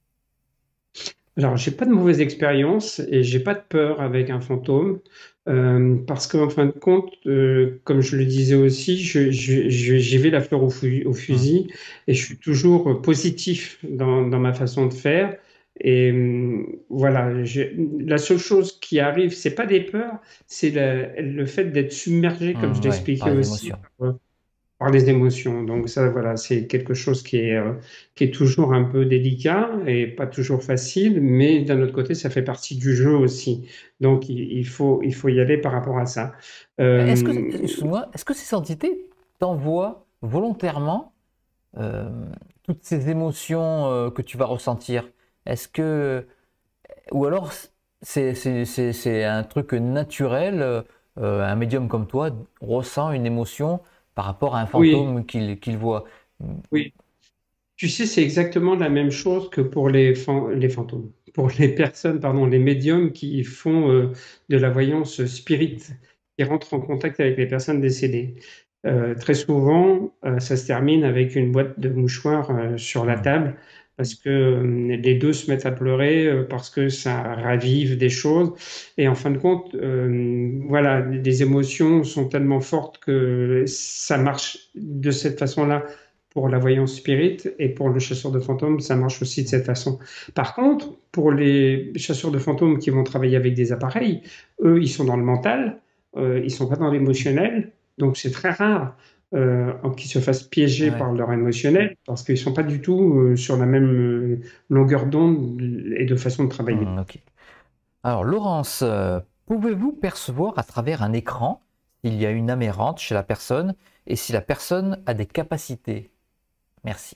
Alors, j'ai pas de mauvaise expérience et j'ai pas de peur avec un fantôme euh, parce qu'en fin de compte, euh, comme je le disais aussi, je, je- je- j'y vais la fleur au, fu- au
Hmm.
fusil et je suis toujours positif dans, dans ma façon de faire. Et hum, voilà, j'ai- la seule chose qui arrive, c'est pas des peurs, c'est la- le fait d'être submergé, comme je
Hmm, ouais,
l'expliquais
par les
aussi,
émotions.
par les émotions. Donc ça, voilà, c'est quelque chose qui est, euh, qui est toujours un peu délicat et pas toujours facile, mais d'un autre côté, ça fait partie du jeu aussi. Donc il, il faut, il faut y aller par rapport à ça.
Est-ce que,
Euh,
excuse-moi, est-ce que ces entités t'envoient volontairement euh, toutes ces émotions euh, que tu vas ressentir? Est-ce que, ou alors c'est c'est- c'est- c'est un truc naturel, euh, un médium comme toi ressent une émotion par rapport à un
oui,
fantôme qu'il qu'il voit?
oui. Tu sais, c'est exactement la même chose que pour les, fan- les fantômes, pour les personnes, pardon, les médiums qui font euh, de la voyance spirit, qui rentrent en contact avec les personnes décédées. Euh, très souvent, euh, ça se termine avec une boîte de mouchoirs euh, sur la
Hmm.
table parce que euh, les deux se mettent à pleurer, euh, parce que ça ravive des choses. Et en fin de compte, euh, voilà, les émotions sont tellement fortes que ça marche de cette façon-là pour la voyance spirit et pour le chasseur de fantômes, ça marche aussi de cette façon. Par contre, pour les chasseurs de fantômes qui vont travailler avec des appareils, eux, ils sont dans le mental, euh, ils sont pas dans l'émotionnel, donc c'est très rare euh, qu'ils se fassent piéger
Ouais.
par leur émotionnel parce qu'ils sont pas du tout euh, sur la même euh, longueur d'onde et de façon de travailler.
Hmm, ok. Alors, Laurence, euh, pouvez-vous percevoir à travers un écran s'il y a une âme errante chez la personne et si la personne a des capacités? Merci.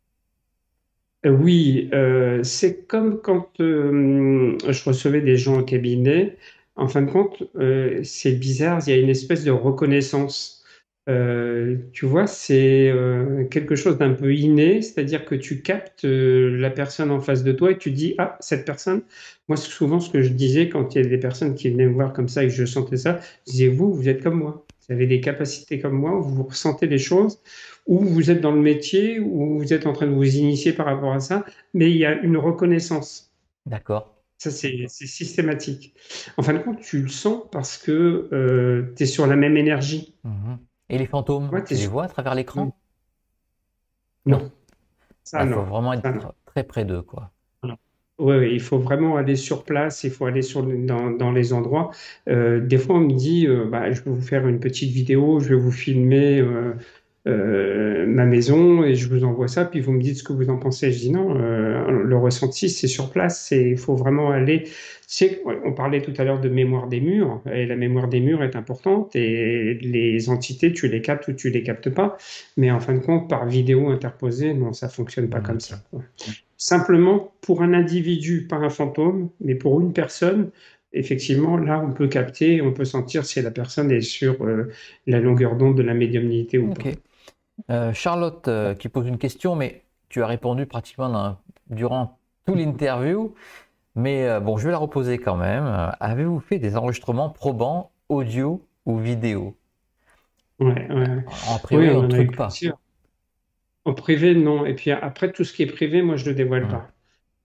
Euh, Oui, euh, c'est comme quand euh, je recevais des gens au cabinet. En fin de compte, euh, c'est bizarre, il y a une espèce de reconnaissance. Euh, tu vois, c'est euh, quelque chose d'un peu inné, c'est-à-dire que tu captes euh, la personne en face de toi et tu dis, ah, cette personne, moi, c'est souvent ce que je disais quand il y a des personnes qui venaient me voir comme ça et que je sentais ça, je disais, vous, vous êtes comme moi, vous avez des capacités comme moi, vous ressentez les choses ou vous êtes dans le métier, ou vous êtes en train de vous initier par rapport à ça, mais il y a une reconnaissance.
D'accord.
Ça, c'est c'est systématique. En fin de compte, tu le sens parce que tu es sur la même énergie.
Mhm. Et les fantômes,
Ouais, t'es
tu les
sur-
vois à travers l'écran? Non.
Non, ça,
Il faut
non.
vraiment
Ça, non.
être très près d'eux, quoi.
Oui, il faut vraiment aller sur place, il faut aller sur, le- dans, dans les endroits. Euh, des fois, on me dit, euh, bah, je vais vous faire une petite vidéo, je vais vous filmer euh, euh, ma maison et je vous envoie ça, puis vous me dites ce que vous en pensez. Je dis non, euh, le ressenti, c'est sur place, c'est, il faut vraiment aller. Tu sais, on parlait tout à l'heure de mémoire des murs, et la mémoire des murs est importante, et les entités, tu les captes ou tu les captes pas, mais en fin de compte, par vidéo interposée, non, ça fonctionne pas
Mm,
comme
ok.
ça, quoi. Simplement, pour un individu, pas un fantôme, mais pour une personne, effectivement, là, on peut capter, on peut sentir si la personne est sur euh, la longueur d'onde de la médiumnité ou
Ok.
pas.
Euh, Charlotte euh, qui pose une question, mais tu as répondu pratiquement dans- durant tout l'interview. Mais euh, bon, je vais la reposer quand même. Euh, Avez-vous fait des enregistrements probants, audio ou vidéo?
Ouais, ouais, ouais.
En
Oui,
priori,
on
on ne
en a eu
truque pas.
plusieurs. En privé, non. Et puis après, tout ce qui est privé, moi, je ne le dévoile
Hmm.
pas.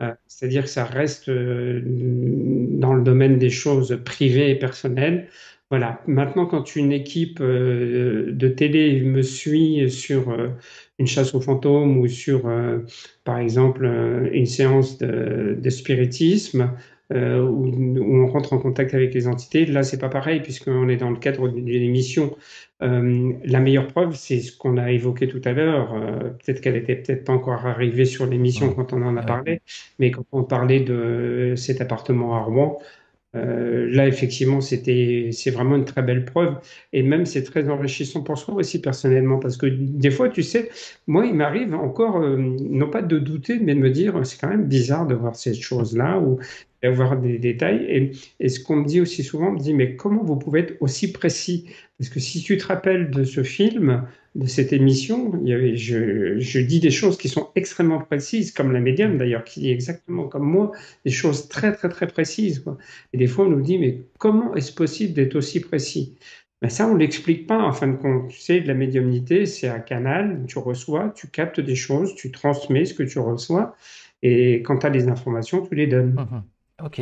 Euh, c'est-à-dire que ça reste euh, dans le domaine des choses privées et personnelles. Voilà. Maintenant, quand une équipe euh, de télé me suit sur euh, une chasse aux fantômes ou sur, euh, par exemple, euh, une séance de, de spiritisme, euh, où, où on rentre en contact avec les entités, là, c'est pas pareil puisqu'on est dans le cadre d'une émission. Euh, la meilleure preuve, c'est ce qu'on a évoqué tout à l'heure. Euh, peut-être qu'elle était peut-être pas encore arrivée sur l'émission
Hmm.
quand on en a
Oui.
parlé, mais quand on parlait de cet appartement à Rouen, euh, là, effectivement, c'était, c'est vraiment une très belle preuve. Et même, c'est très enrichissant pour soi aussi, personnellement, parce que des fois, tu sais, moi, il m'arrive encore, euh, non pas de douter, mais de me dire, c'est quand même bizarre de voir cette chose-là ou d'avoir des détails. Et, et ce qu'on me dit aussi souvent, on me dit, mais comment vous pouvez être aussi précis? Parce que si tu te rappelles de ce film, de cette émission, il y avait, je, je dis des choses qui sont extrêmement précises, comme la médium d'ailleurs, qui dit exactement comme moi, des choses très, très, très précises, quoi. Et des fois, on nous dit, mais comment est-ce possible d'être aussi précis? Ben ça, on ne l'explique pas en fin de compte. Tu sais, de la médiumnité, c'est un canal, tu reçois, tu captes des choses, tu transmets ce que tu reçois, et quand tu as des informations, tu les donnes.
Mhm. Ok.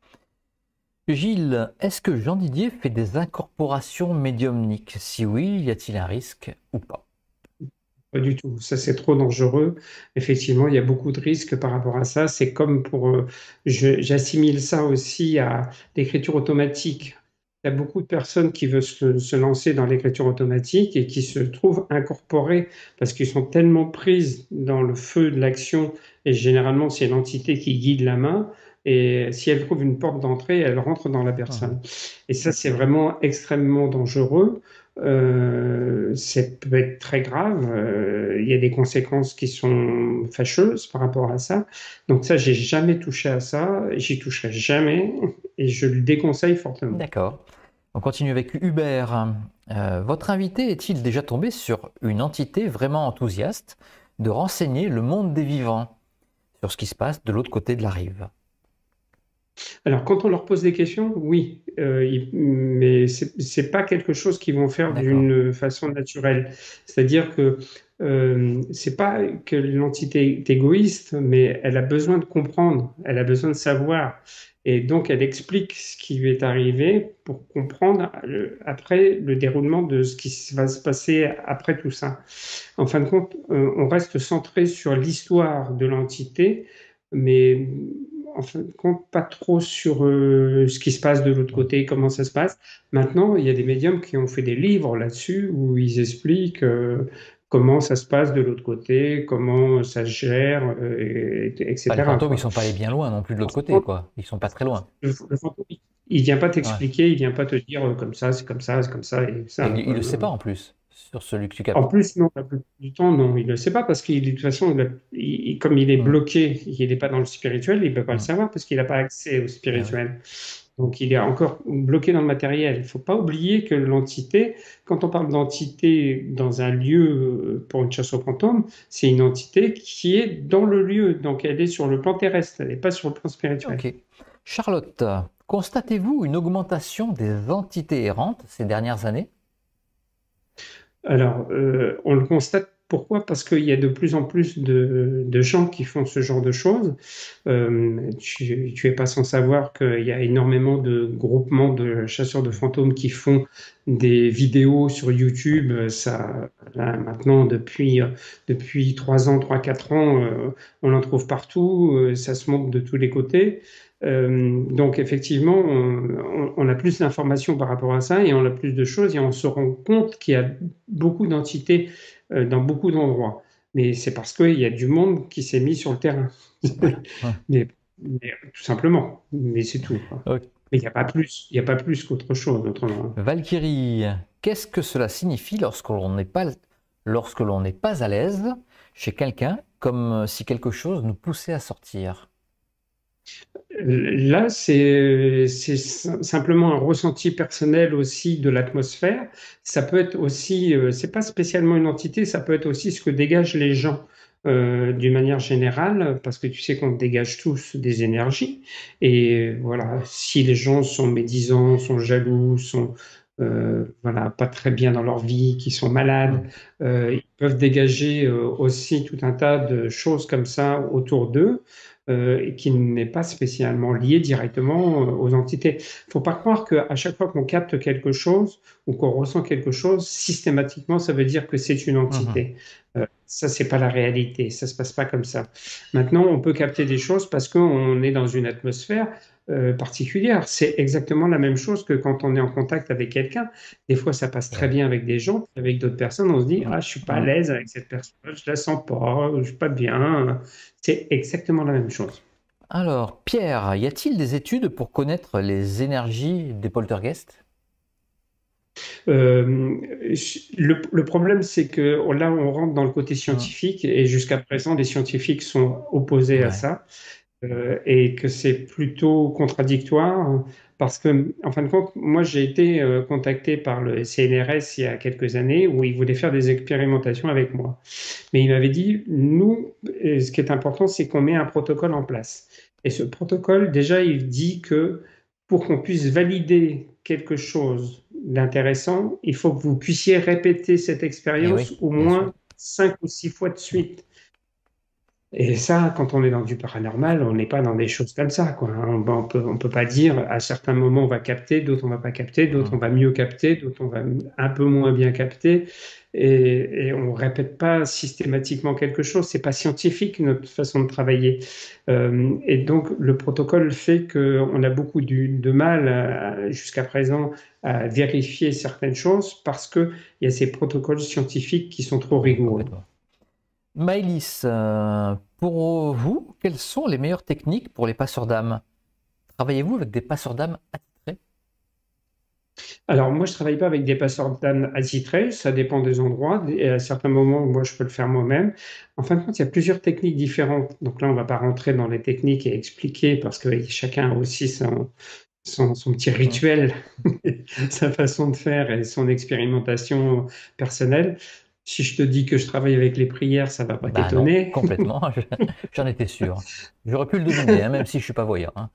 Gilles, est-ce que Jean Didier fait des incorporations médiumniques? Si oui, y a-t-il un risque ou pas?
Pas du tout. Ça, c'est trop dangereux. Effectivement, il y a beaucoup de risques par rapport à ça. C'est comme pour... euh, je- j'assimile ça aussi à l'écriture automatique. Il y a beaucoup de personnes qui veulent se, se lancer dans l'écriture automatique et qui se trouvent incorporées parce qu'ils sont tellement prises dans le feu de l'action. Et généralement, c'est l'entité qui guide la main. Et si elle trouve une porte d'entrée, elle rentre dans la
Mhm.
personne. Et ça, c'est vraiment extrêmement dangereux. Euh, ça peut être très grave. Euh, il y a des conséquences qui sont fâcheuses par rapport à ça. Donc ça, j'ai jamais touché à ça, j'y toucherai jamais, et je le déconseille fortement.
D'accord. On continue avec Hubert. Euh, votre invité est-il déjà tombé sur une entité vraiment enthousiaste de renseigner le monde des vivants sur ce qui se passe de l'autre côté de la rive?
Alors, quand on leur pose des questions, oui, euh, ils- mais c'est c'est pas quelque chose qu'ils vont faire
D'accord.
d'une façon naturelle. C'est-à-dire que euh, c'est pas que l'entité est égoïste, mais elle a besoin de comprendre, elle a besoin de savoir, et donc elle explique ce qui lui est arrivé pour comprendre euh, après le déroulement de ce qui va se passer après tout ça. En fin de compte, euh, on reste centré sur l'histoire de l'entité, mais en fin de compte, pas trop sur euh, ce qui se passe de l'autre
Mhm.
côté, comment ça se passe. Maintenant, il y a des médiums qui ont fait des livres là-dessus où ils expliquent euh, comment ça se passe de l'autre côté, comment ça se gère, euh, et-
Bah, les
et cetera,
fantômes, ils
quoi.
sont pas allés bien loin non plus de l'autre côté, quoi. Ils sont pas très loin.
Le, le fantôme, il vient pas
Ouais.
t'expliquer, il vient pas te dire euh, comme ça, c'est comme ça, c'est comme ça et
Et
ça,
il, il
quoi.
le sait pas
Non.
en plus sur celui que tu
En
captes.
plus, non, la plupart du temps, non, il ne le sait pas parce qu'il, de toute façon, il a- il- comme il est
Mhm.
bloqué, il n'est pas dans le spirituel, il ne peut pas le
Mhm.
savoir parce qu'il n'a pas accès au
Eh oui.
spirituel. Donc, il est encore bloqué dans le matériel. Il ne faut pas oublier que l'entité, quand on parle d'entité dans un lieu euh, pour une chasse aux fantômes, c'est une entité qui est dans le lieu. Donc, elle est sur le plan terrestre, elle n'est pas sur le plan spirituel.
Ok. Charlotte, constatez-vous une augmentation des entités errantes ces dernières années?
Alors, euh, on le constate. Pourquoi? Parce qu'il y a de plus en plus de, de gens qui font ce genre de choses. Euh, tu, tu es pas sans savoir qu'il y a énormément de groupements de chasseurs de fantômes qui font des vidéos sur
Oui.
YouTube. Ça, là, maintenant, depuis, euh, depuis trois ans, trois, quatre ans, euh, on en trouve partout. Euh, ça se monte de tous les côtés. Euh, donc effectivement, on, on- on a plus d'informations par rapport à ça et on a plus de choses et on se rend compte qu'il y a beaucoup d'entités euh, dans beaucoup d'endroits. Mais c'est parce qu'il y a du monde qui s'est mis sur le terrain.
Ouais. Ouais.
Mais, mais tout simplement. Mais c'est tout, quoi.
Ok.
Mais il n'y a pas plus, il n'y a pas plus qu'autre chose, autrement.
Valkyrie, qu'est-ce que cela signifie lorsque l'on n'est pas, lorsque l'on n'est pas à l'aise chez quelqu'un, comme si quelque chose nous poussait à sortir?
Là, c'est c'est simplement un ressenti personnel aussi de l'atmosphère. Ça peut être aussi, euh, c'est pas spécialement une entité, ça peut être aussi ce que dégagent les gens euh, d'une manière générale, parce que tu sais qu'on dégage tous des énergies. Et voilà, si les gens sont médisants, sont jaloux, sont euh, voilà, pas très bien dans leur vie, qui sont malades,
Hmm.
euh, ils peuvent dégager euh, aussi tout un tas de choses comme ça autour d'eux. euh, et qui n'est pas spécialement lié directement euh, aux entités. Il ne faut pas croire qu'à chaque fois qu'on capte quelque chose ou qu'on ressent quelque chose, systématiquement, ça veut dire que c'est une
Mhm.
entité. Euh, ça, c'est pas la réalité. Ça se passe pas comme ça. Maintenant, on peut capter des choses parce qu'on est dans une atmosphère euh, particulière. C'est exactement la même chose que quand on est en contact avec quelqu'un. Des fois, ça passe
Eh
très
oui.
bien avec des gens, puis avec d'autres personnes, on se dit,
Mm.
ah, je suis pas à
Mm.
l'aise avec cette personne, je la sens pas, je suis pas bien. C'est exactement la même chose.
Alors, Pierre, y a-t-il des études pour connaître les énergies des poltergeists?
Euh, le, le problème, c'est que là, on rentre dans le côté
Mm.
scientifique, et jusqu'à présent, les scientifiques sont opposés à
Ouais.
ça. Euh, et que c'est plutôt contradictoire parce que, en fin de compte, moi j'ai été euh, contacté par le C N R S il y a quelques années où ils voulaient faire des expérimentations avec moi. Mais il m'avait dit, nous, euh, ce qui est important, c'est qu'on met un protocole en place. Et ce protocole, déjà, il dit que pour qu'on puisse valider quelque chose d'intéressant, il faut que vous puissiez répéter cette
Eh
expérience
oui,
au
bien sûr.
moins cinq ou six fois de suite. Et ça, quand on est dans du paranormal, on n'est pas dans des choses comme ça, quoi, hein. On, on peut, on peut pas dire à certains moments on va capter, d'autres on va pas capter, d'autres
Mm.
on va mieux capter, d'autres on va un peu moins bien capter, et, et on répète pas systématiquement quelque chose. C'est pas scientifique notre façon de travailler. Euh, et donc le protocole fait qu'on a beaucoup du- de mal à- jusqu'à présent à vérifier certaines choses parce que il y a ces protocoles scientifiques qui sont trop
Oui,
rigoureux.
complètement. Maëlys, euh, pour vous, quelles sont les meilleures techniques pour les passeurs d'âme? Travaillez-vous avec des passeurs d'âme attitrés?
Alors, moi, je travaille pas avec des passeurs d'âme attitrés, ça dépend des endroits. Et à certains moments, moi, je peux le faire moi-même. En fin de compte, il y a plusieurs techniques différentes. Donc là, on va pas rentrer dans les techniques et expliquer parce que chacun a aussi son, son, son petit
Mm.
rituel, sa façon de faire et son expérimentation personnelle. Si je te dis que je travaille avec les prières, ça va pas
Bah non,
t'étonner.
complètement, j'en étais sûr. J'aurais pu le deviner, hein, même si je suis pas voyant, hein.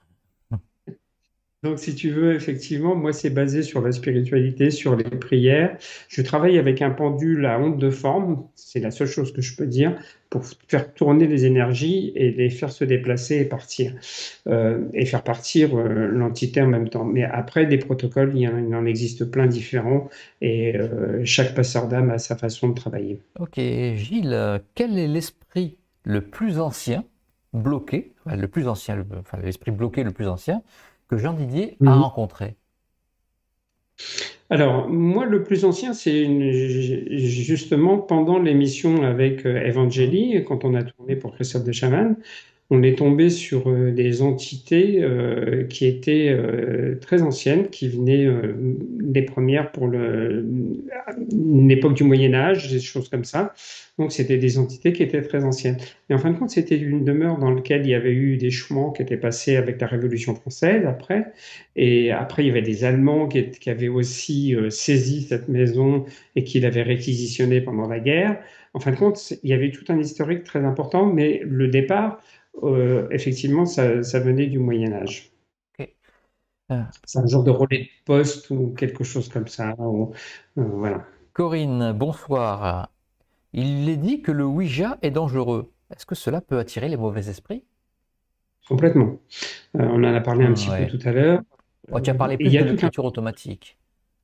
Donc, si tu veux, effectivement, moi, c'est basé sur la spiritualité, sur les prières. Je travaille avec un pendule à onde de forme, c'est la seule chose que je peux dire, pour faire tourner les énergies et les faire se déplacer et partir, Euh, et faire partir euh, l'entité en même temps. Mais après, des protocoles, il y en, il en existe plein différents, et euh, chaque passeur d'âme a sa façon de travailler.
Ok, Gilles, euh, quel est l'esprit le plus ancien, bloqué, enfin, le plus ancien, le- enfin l'esprit bloqué le plus ancien que Jean Didier a
Mhm.
rencontré?
Alors, moi, le plus ancien, c'est une- justement pendant l'émission avec euh,
Mhm.
Evangélie, quand on a tourné pour Christophe de Chavannes, on est tombé sur euh, des entités euh, qui étaient euh, très anciennes, qui venaient euh, des premières pour le, une époque du Moyen Âge, des choses comme ça. Donc, c'était des entités qui étaient très anciennes. Et en fin de compte, c'était une demeure dans laquelle il y avait eu des chouans qui étaient passés avec la Révolution française après. Et après, il y avait des Allemands qui, qui avaient aussi euh, saisi cette maison et qui l'avaient réquisitionnée pendant la guerre. En fin de compte, il y avait tout un historique très important, mais le départ, euh, effectivement, ça, ça venait du Moyen Âge.
Ok. Euh,
C'est un genre de relais de poste ou quelque chose comme ça. ou- euh, voilà.
Corinne, bonsoir. Il est dit que le Ouija est dangereux. Est-ce que cela peut attirer les mauvais esprits?
Complètement. Euh, on en a parlé un
Hmm,
petit peu
ouais.
tout à l'heure.
Oh, tu as
Euh,
parlé
et il
plus
y
de
a tout un
l'écriture automatique.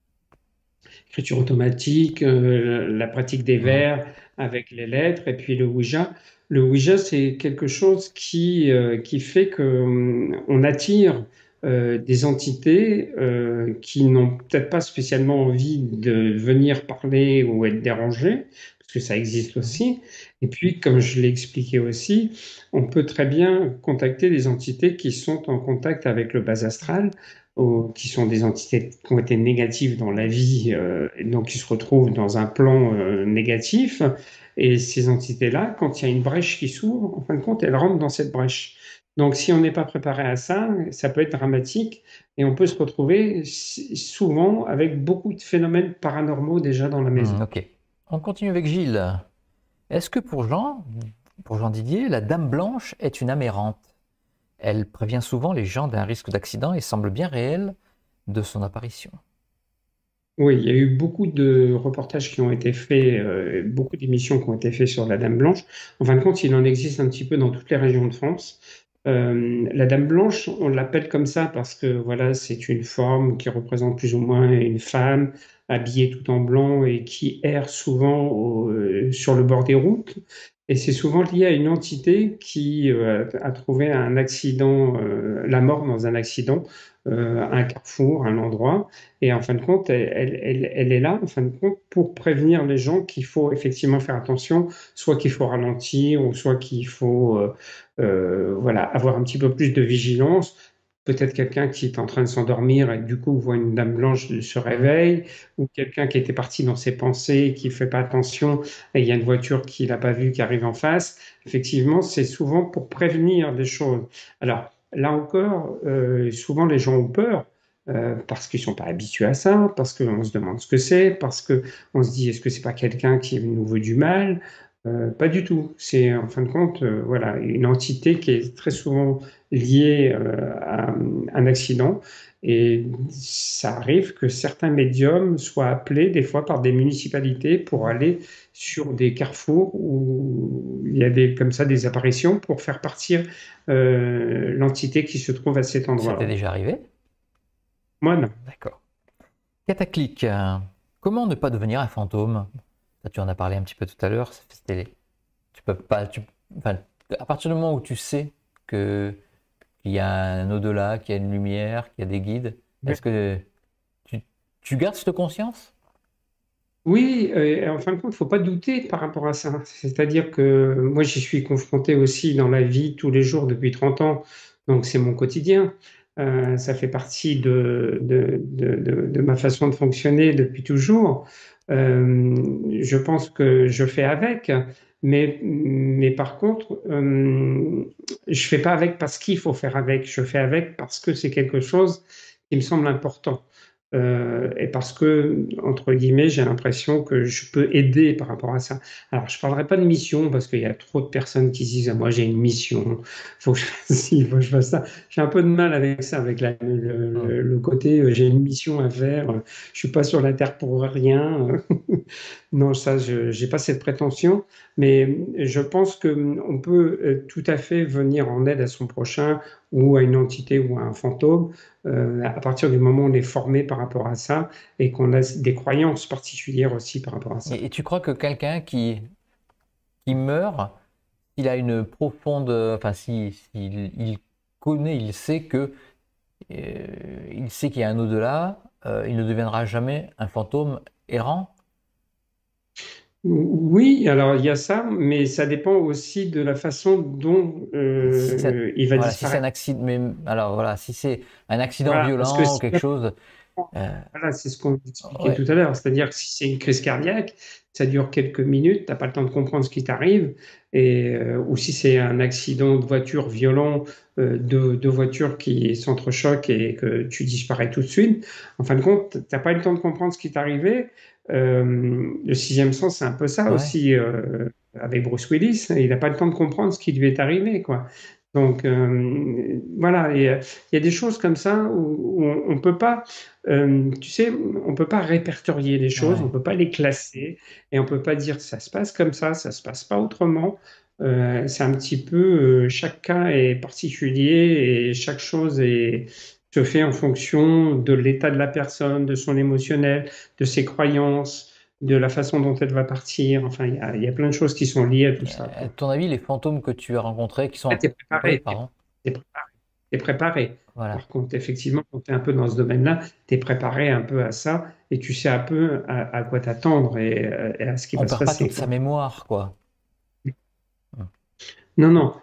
écriture automatique, euh, la pratique des
Mhm.
vers avec les lettres, et puis le Ouija. Le Ouija, c'est quelque chose qui, euh, qui fait qu'on attire euh, des entités euh, qui n'ont peut-être pas spécialement envie de venir parler ou être dérangées, parce que ça existe
Mhm.
aussi. Et puis, comme je l'ai expliqué aussi, on peut très bien contacter des entités qui sont en contact avec le bas astral, ou qui sont des entités qui ont été négatives dans la vie, euh, et donc qui se retrouvent dans un plan euh, négatif. Et ces entités-là, quand il y a une brèche qui s'ouvre, en fin de compte, elles rentrent dans cette brèche. Donc, si on n'est pas préparé à ça, ça peut être dramatique et on peut se retrouver s- souvent avec beaucoup de phénomènes paranormaux déjà dans la maison.
Hmm, ok. On continue avec Gilles. Est-ce que pour Jean, pour Jean Didier, la Dame Blanche est une âme errante? Elle prévient souvent les gens d'un risque d'accident et semble bien réelle de son apparition.
Oui, il y a eu beaucoup de reportages qui ont été faits, euh, beaucoup d'émissions qui ont été faites sur la Dame Blanche. En fin de compte, il en existe un petit peu dans toutes les régions de France. Euh, la Dame Blanche, on l'appelle comme ça parce que voilà, c'est une forme qui représente plus ou moins une femme habillée tout en blanc et qui erre souvent au- euh, sur le bord des routes. Et c'est souvent lié à une entité qui euh, a trouvé un accident, euh, la mort dans un accident, euh, un carrefour, un endroit. Et en fin de compte, elle, elle- elle- elle est là, en fin de compte, pour prévenir les gens qu'il faut effectivement faire attention, soit qu'il faut ralentir, ou soit qu'il faut euh, euh, voilà, avoir un petit peu plus de vigilance. Peut-être quelqu'un qui est en train de s'endormir et du coup voit une dame blanche se
Mhm.
réveille, ou quelqu'un qui était parti dans ses pensées, qui fait pas attention, et il y a une voiture qu'il n'a pas vue qui arrive en face. Effectivement, c'est souvent pour prévenir des choses. Alors là encore, euh, souvent les gens ont peur. Euh, parce qu'ils sont pas habitués à ça, parce qu'on se demande ce que c'est, parce que on se dit est-ce que c'est pas quelqu'un qui nous veut du mal? Euh, pas du tout. C'est en fin de compte, euh, voilà, une entité qui est très souvent liée euh, à un accident. Et ça arrive que certains médiums soient appelés des fois par des municipalités pour
Mhm.
aller sur des carrefours où il y a des, comme ça des apparitions pour faire partir euh, l'entité qui se trouve à cet
Ça t'est
endroit-là.
déjà arrivé?
Moi, non.
D'accord. Cataclic, euh, comment ne pas devenir un fantôme? Ça, tu en as parlé un petit peu tout à l'heure. C'était, tu peux pas, tu, enfin, à partir du moment où tu sais que qu'il y a un au-delà, qu'il y a une lumière, qu'il y a des guides, est-ce que tu, tu gardes cette conscience?
Oui, euh, en fin de compte, il ne faut pas douter par rapport à ça. C'est-à-dire que moi, j'y suis confronté aussi dans la vie tous les jours depuis trente ans, donc c'est mon quotidien. Euh, ça fait partie de, de, de, de- de ma façon de fonctionner depuis toujours. Euh, je pense que je fais avec, mais, mais par contre, euh, je fais pas avec parce qu'il faut faire avec. Je fais avec parce que c'est quelque chose qui me semble important. Euh, et parce que, entre guillemets, j'ai l'impression que je peux aider par rapport à ça. Alors, je ne parlerai pas de mission parce qu'il y a trop de personnes qui se disent, ah, moi j'ai une mission, faut que je fasse ci, faut que je fasse ça. J'ai un peu de mal avec ça, avec la- le,
Hmm.
le- le côté, euh, j'ai une mission à faire, euh, je suis pas sur la terre pour rien. Non, ça, je n'ai pas cette prétention, mais je pense qu'on peut euh, tout à fait venir en aide à son prochain ou à une entité ou à un fantôme euh, à partir du moment où on est formé par rapport à ça et qu'on a des croyances particulières aussi par rapport à ça.
Et, et tu crois que quelqu'un qui, qui meurt, il a une profonde, enfin, si, s'il- il connaît, il sait que, euh, il sait qu'il y a un au-delà, euh, il ne deviendra jamais un fantôme errant.
Oui, alors il y a ça, mais ça dépend aussi de la façon dont
Si c'est,
euh, il va
voilà, si c'est un
disparaître.
accident, mais alors voilà, si c'est un accident
Voilà, parce que
violent ou
si
quelque chose, euh,
voilà, c'est ce qu'on expliquait
ouais,
tout à l'heure. C'est-à-dire que si c'est une crise cardiaque, ça dure quelques minutes, tu n'as pas le temps de comprendre ce qui t'arrive. Et, euh, ou si c'est un accident de voiture violent, euh, deux, deux voitures qui s'entrechoquent et que tu disparais tout de suite, en fin de compte, tu n'as pas eu le temps de comprendre ce qui t'arrivait. Euh, le sixième sens, c'est un peu ça
ouais,
aussi euh, avec Bruce Willis. Il n'a pas le temps de comprendre ce qui lui est arrivé, quoi. Donc euh, voilà, et, euh, il y a des choses comme ça où, où on ne peut pas. Euh, tu sais, on peut pas répertorier les choses, on
ouais.
peut pas les classer et on peut pas dire ça se passe comme ça, ça se passe pas autrement. Euh, c'est un petit peu, euh, chaque cas est particulier et chaque chose est, se fait en fonction de l'état de la personne, de son émotionnel, de ses croyances, de la façon dont elle va partir. Enfin, il y a, il y a plein de choses qui sont liées à tout ça,
À
quoi.
ton avis, les fantômes que tu as rencontrés, qui sont
Là,
un
t'es
peu,
préparé, t'es
pardon,
t'es préparé, t'es préparé.
voilà,
Par contre, effectivement, quand tu es un peu dans ce domaine-là, tu es préparé un peu à ça et tu sais un peu à, à quoi t'attendre et, euh, et à ce qui
on
va se
perd pas
passer,
toute sa
quoi.
mémoire, quoi. Hmm.
Non, non.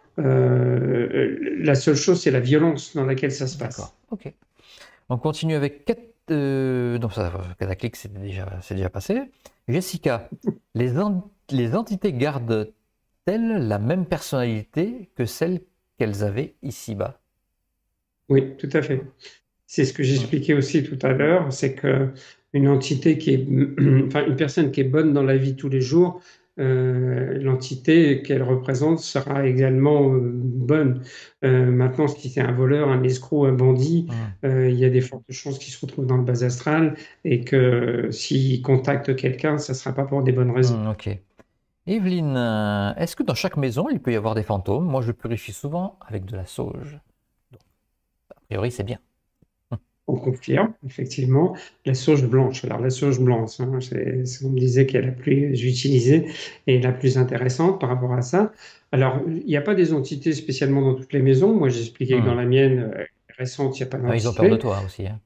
Euh, la seule chose, c'est la violence dans laquelle ça se
D'accord,
passe.
ok. On continue avec Cat... euh, non, ça, Cataclysme, c'est déjà, c'est déjà passé. Jessica, les, en- les entités gardent-elles la même personnalité que celle qu'elles avaient ici-bas?
Oui, tout à fait. C'est ce que
Hmm.
j'expliquais aussi tout à l'heure, c'est que une entité qui est, enfin une personne qui est bonne dans la vie tous les jours, euh, l'entité qu'elle représente sera également euh, bonne. Euh, maintenant, si c'est un voleur, un escroc, un bandit,
Hmm.
euh, il y a des fortes chances qu'il se retrouve dans le bas astral et que s'il contacte quelqu'un, ça ne sera pas pour des bonnes raisons.
Hmm, ok. Evelyne, euh, est-ce que dans chaque maison, il peut y avoir des fantômes? Moi, je purifie souvent avec de la sauge. Donc, a priori, c'est bien.
On confirme, effectivement, la sauge blanche. Alors, la sauge blanche, hein, c'est, c'est- on me disait qu'elle est la plus utilisée et la plus intéressante par rapport à ça. Alors, il n'y a pas des entités spécialement dans toutes les maisons. Moi, j'ai expliqué que dans
Hmm.
la mienne euh, récente, il n'y a pas
Ah, ils ont peur de
d'entité.
toi aussi, hein.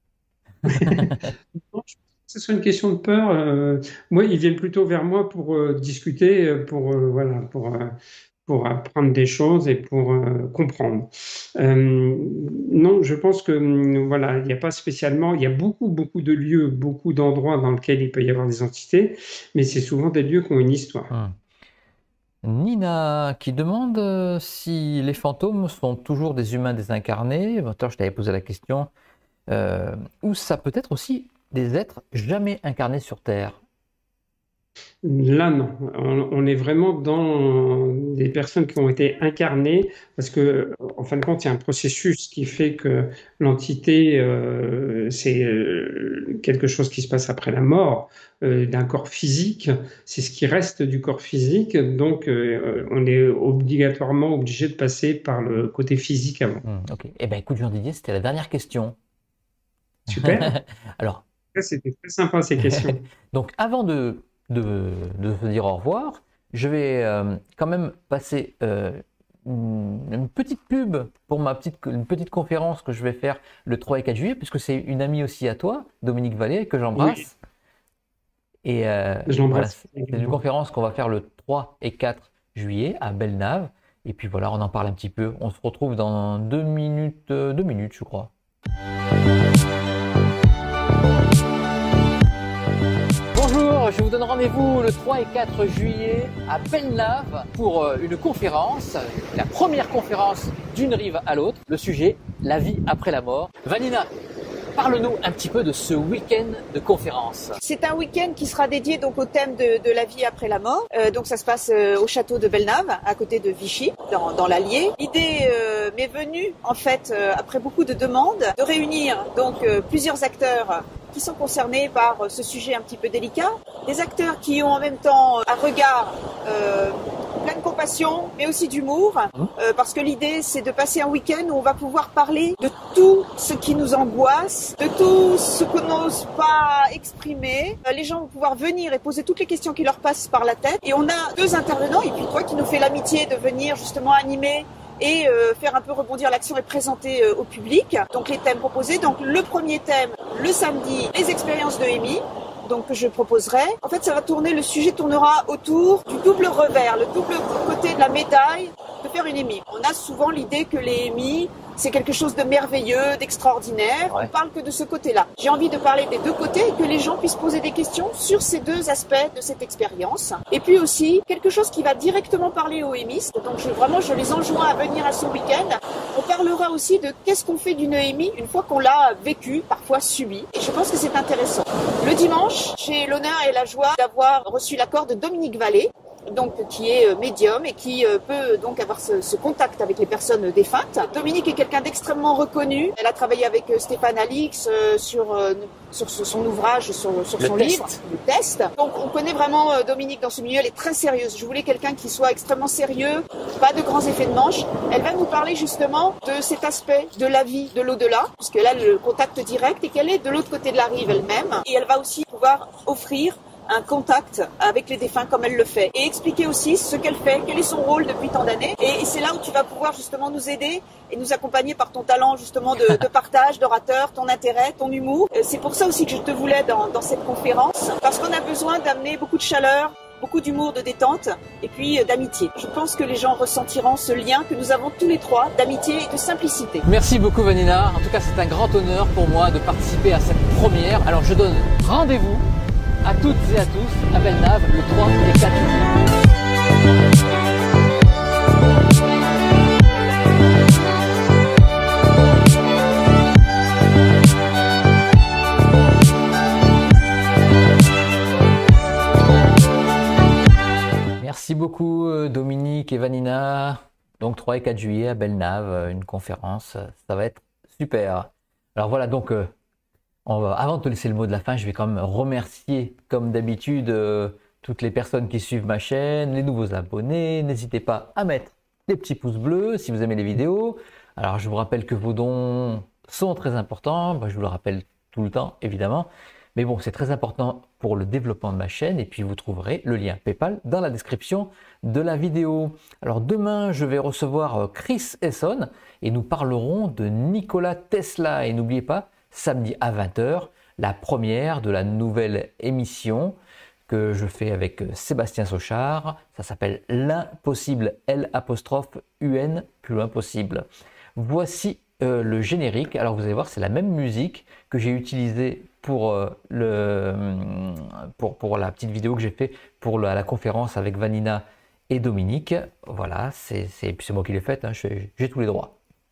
Non, je pense que ce soit une question de peur. euh, moi, ils viennent plutôt vers moi pour euh, discuter, euh, pour, euh, voilà, pour, euh, pour apprendre des choses et pour euh, comprendre. Euh, non, je pense que hum, voilà, il n'y a pas spécialement, il y a beaucoup, beaucoup de lieux, beaucoup d'endroits dans lesquels il peut y avoir des entités, mais c'est souvent des lieux qui ont une histoire.
Hmm. Nina qui demande euh, si les fantômes sont toujours des humains désincarnés. Attends, je t'avais posé la question. Euh, ou ça peut être aussi des êtres jamais incarnés sur Terre.
Là, non. On, on est vraiment dans des personnes qui ont été incarnées, parce que, en fin de compte, il y a un processus qui fait que l'entité, euh, c'est euh, quelque chose qui se passe après la mort euh, d'un corps physique. C'est ce qui reste du corps physique. Donc, euh, on est obligatoirement obligé de passer par le côté physique avant.
Hmm, ok. Eh bien, écoute, Jean Didier, c'était la dernière question.
Super.
Alors,
Ça, c'était très sympa, ces questions.
donc, avant de, de, de se dire au revoir, je vais euh, quand même passer euh, une, une petite pub pour ma petite, une petite conférence que je vais faire le trois et quatre juillet, puisque c'est une amie aussi à toi, Dominique Vallée, que
Oui,
j'embrasse. Et euh,
je
voilà,
l'embrasse
c'est une
également.
conférence qu'on va faire le trois et quatre juillet à Belle-Nave. Et puis voilà, on en parle un petit peu. On se retrouve dans deux minutes, euh, deux minutes, je crois. Bonjour, je vous donne rendez-vous le trois et quatre juillet à Belle-Nave pour euh, une conférence, la première conférence d'une rive à l'autre. Le sujet, la vie après la mort. Vanina, parle-nous un petit peu de ce week-end de conférence.
C'est un week-end qui sera dédié donc au thème de, de la vie après la mort. Euh, donc ça se passe euh, au château de Belle-Nave, à côté de Vichy, dans, dans l'Allier. L'idée euh, m'est venue en fait euh, après beaucoup de demandes de réunir donc euh, plusieurs acteurs qui sont concernés par ce sujet un petit peu délicat, des acteurs qui ont en même temps un regard euh, plein de compassion, mais aussi d'humour, euh, parce que l'idée c'est de passer un week-end où on va pouvoir parler de tout ce qui nous angoisse, de tout ce qu'on n'ose pas exprimer. Euh, les gens vont pouvoir venir et poser toutes les questions qui leur passent par la tête. Et on a deux intervenants, et puis toi qui nous fais l'amitié de venir justement animer et euh, faire un peu rebondir l'action et présenter euh, au public. Donc les thèmes proposés. Donc le premier thème, le samedi, les expériences de Amy. Donc que je proposerai. En fait, ça va tourner, le sujet tournera autour du double revers, le double côté de la médaille de faire une Amy. On a souvent l'idée que les Amy, c'est quelque chose de merveilleux, d'extraordinaire.
Ouais.
On parle que de ce côté-là. J'ai envie de parler des deux côtés et que les gens puissent poser des questions sur ces deux aspects de cette expérience. Et puis aussi, quelque chose qui va directement parler aux émistes. Donc je, vraiment, je les enjoins à venir à ce week-end. On parlera aussi de qu'est-ce qu'on fait d'une E M I une fois qu'on l'a vécu, parfois subi. Et je pense que c'est intéressant. Le dimanche, j'ai l'honneur et la joie d'avoir reçu l'accord de Dominique Vallée, donc qui est médium et qui peut donc avoir ce, ce contact avec les personnes défuntes. Dominique est quelqu'un d'extrêmement reconnu. Elle a travaillé avec Stéphane Alix euh, sur, euh, sur son ouvrage, sur, sur son
test.
livre, le test. Donc on connaît vraiment euh, Dominique dans ce milieu. Elle est très sérieuse. Je voulais quelqu'un qui soit extrêmement sérieux, pas de grands effets de manche. Elle va nous parler justement de cet aspect de la vie, de l'au-delà, puisque là le contact direct et qu'elle est de l'autre côté de la rive elle-même. Et elle va aussi pouvoir offrir un contact avec les défunts comme elle le fait et expliquer aussi ce qu'elle fait, quel est son rôle depuis tant d'années. Et, et c'est là où tu vas pouvoir justement nous aider et nous accompagner par ton talent justement de, de partage, d'orateur, ton intérêt, ton humour. C'est pour ça aussi que je te voulais dans, dans cette conférence, parce qu'on a besoin d'amener beaucoup de chaleur, beaucoup d'humour, de détente et puis d'amitié. Je pense que les gens ressentiront ce lien que nous avons tous les trois d'amitié et de simplicité.
Merci beaucoup Vanina. En tout cas, c'est un grand honneur pour moi de participer à cette première. Alors, je donne rendez-vous à toutes et à tous à Belle-Nave le trois et quatre juillet. Merci beaucoup Dominique et Vanina. Donc trois et quatre juillet à Belle-Nave, une conférence, ça va être super. Alors voilà, donc On va, avant de te laisser le mot de la fin, je vais quand même remercier, comme d'habitude, euh, toutes les personnes qui suivent ma chaîne, les nouveaux abonnés. N'hésitez pas à mettre des petits pouces bleus si vous aimez les vidéos. Alors, je vous rappelle que vos dons sont très importants. Bah, je vous le rappelle tout le temps, évidemment. Mais bon, c'est très important pour le développement de ma chaîne. Et puis, vous trouverez le lien PayPal dans la description de la vidéo. Alors, demain, je vais recevoir Chris Esson et nous parlerons de Nikola Tesla. Et n'oubliez pas, samedi à vingt heures, la première de la nouvelle émission que je fais avec Sébastien Sochard. Ça s'appelle L'Impossible, L apostrophe U N, plus loin possible. Voici euh, le générique. Alors vous allez voir, c'est la même musique que j'ai utilisée pour, euh, le, pour, pour la petite vidéo que j'ai fait pour la, la conférence avec Vanina et Dominique. Voilà, c'est moi qui l'ai faite, hein, j'ai tous les droits.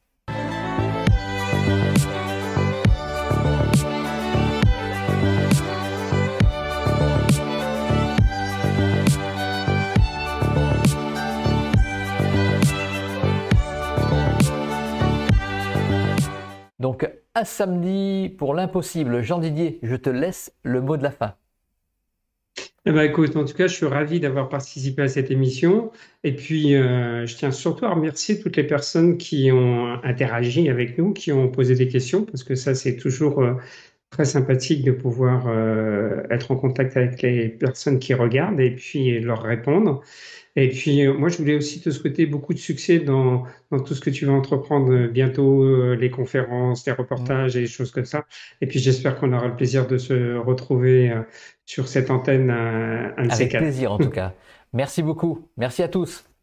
Donc, à samedi pour l'impossible. Jean Didier, je te laisse le mot de la fin.
Eh ben, écoute, en tout cas, je suis ravi d'avoir participé à cette émission. Et puis, euh, je tiens surtout à remercier toutes les personnes qui ont interagi avec nous, qui ont posé des questions, parce que ça, c'est toujours euh, très sympathique de pouvoir euh, être en contact avec les personnes qui regardent et puis leur répondre. Et puis, euh, moi, je voulais aussi te souhaiter beaucoup de succès dans, dans tout ce que tu vas entreprendre bientôt, euh, les conférences, les reportages et des choses comme ça. Et puis, j'espère qu'on aura le plaisir de se retrouver euh, sur cette antenne un, un de ces
Avec
quatre.
plaisir, en tout cas. Merci beaucoup. Merci à tous.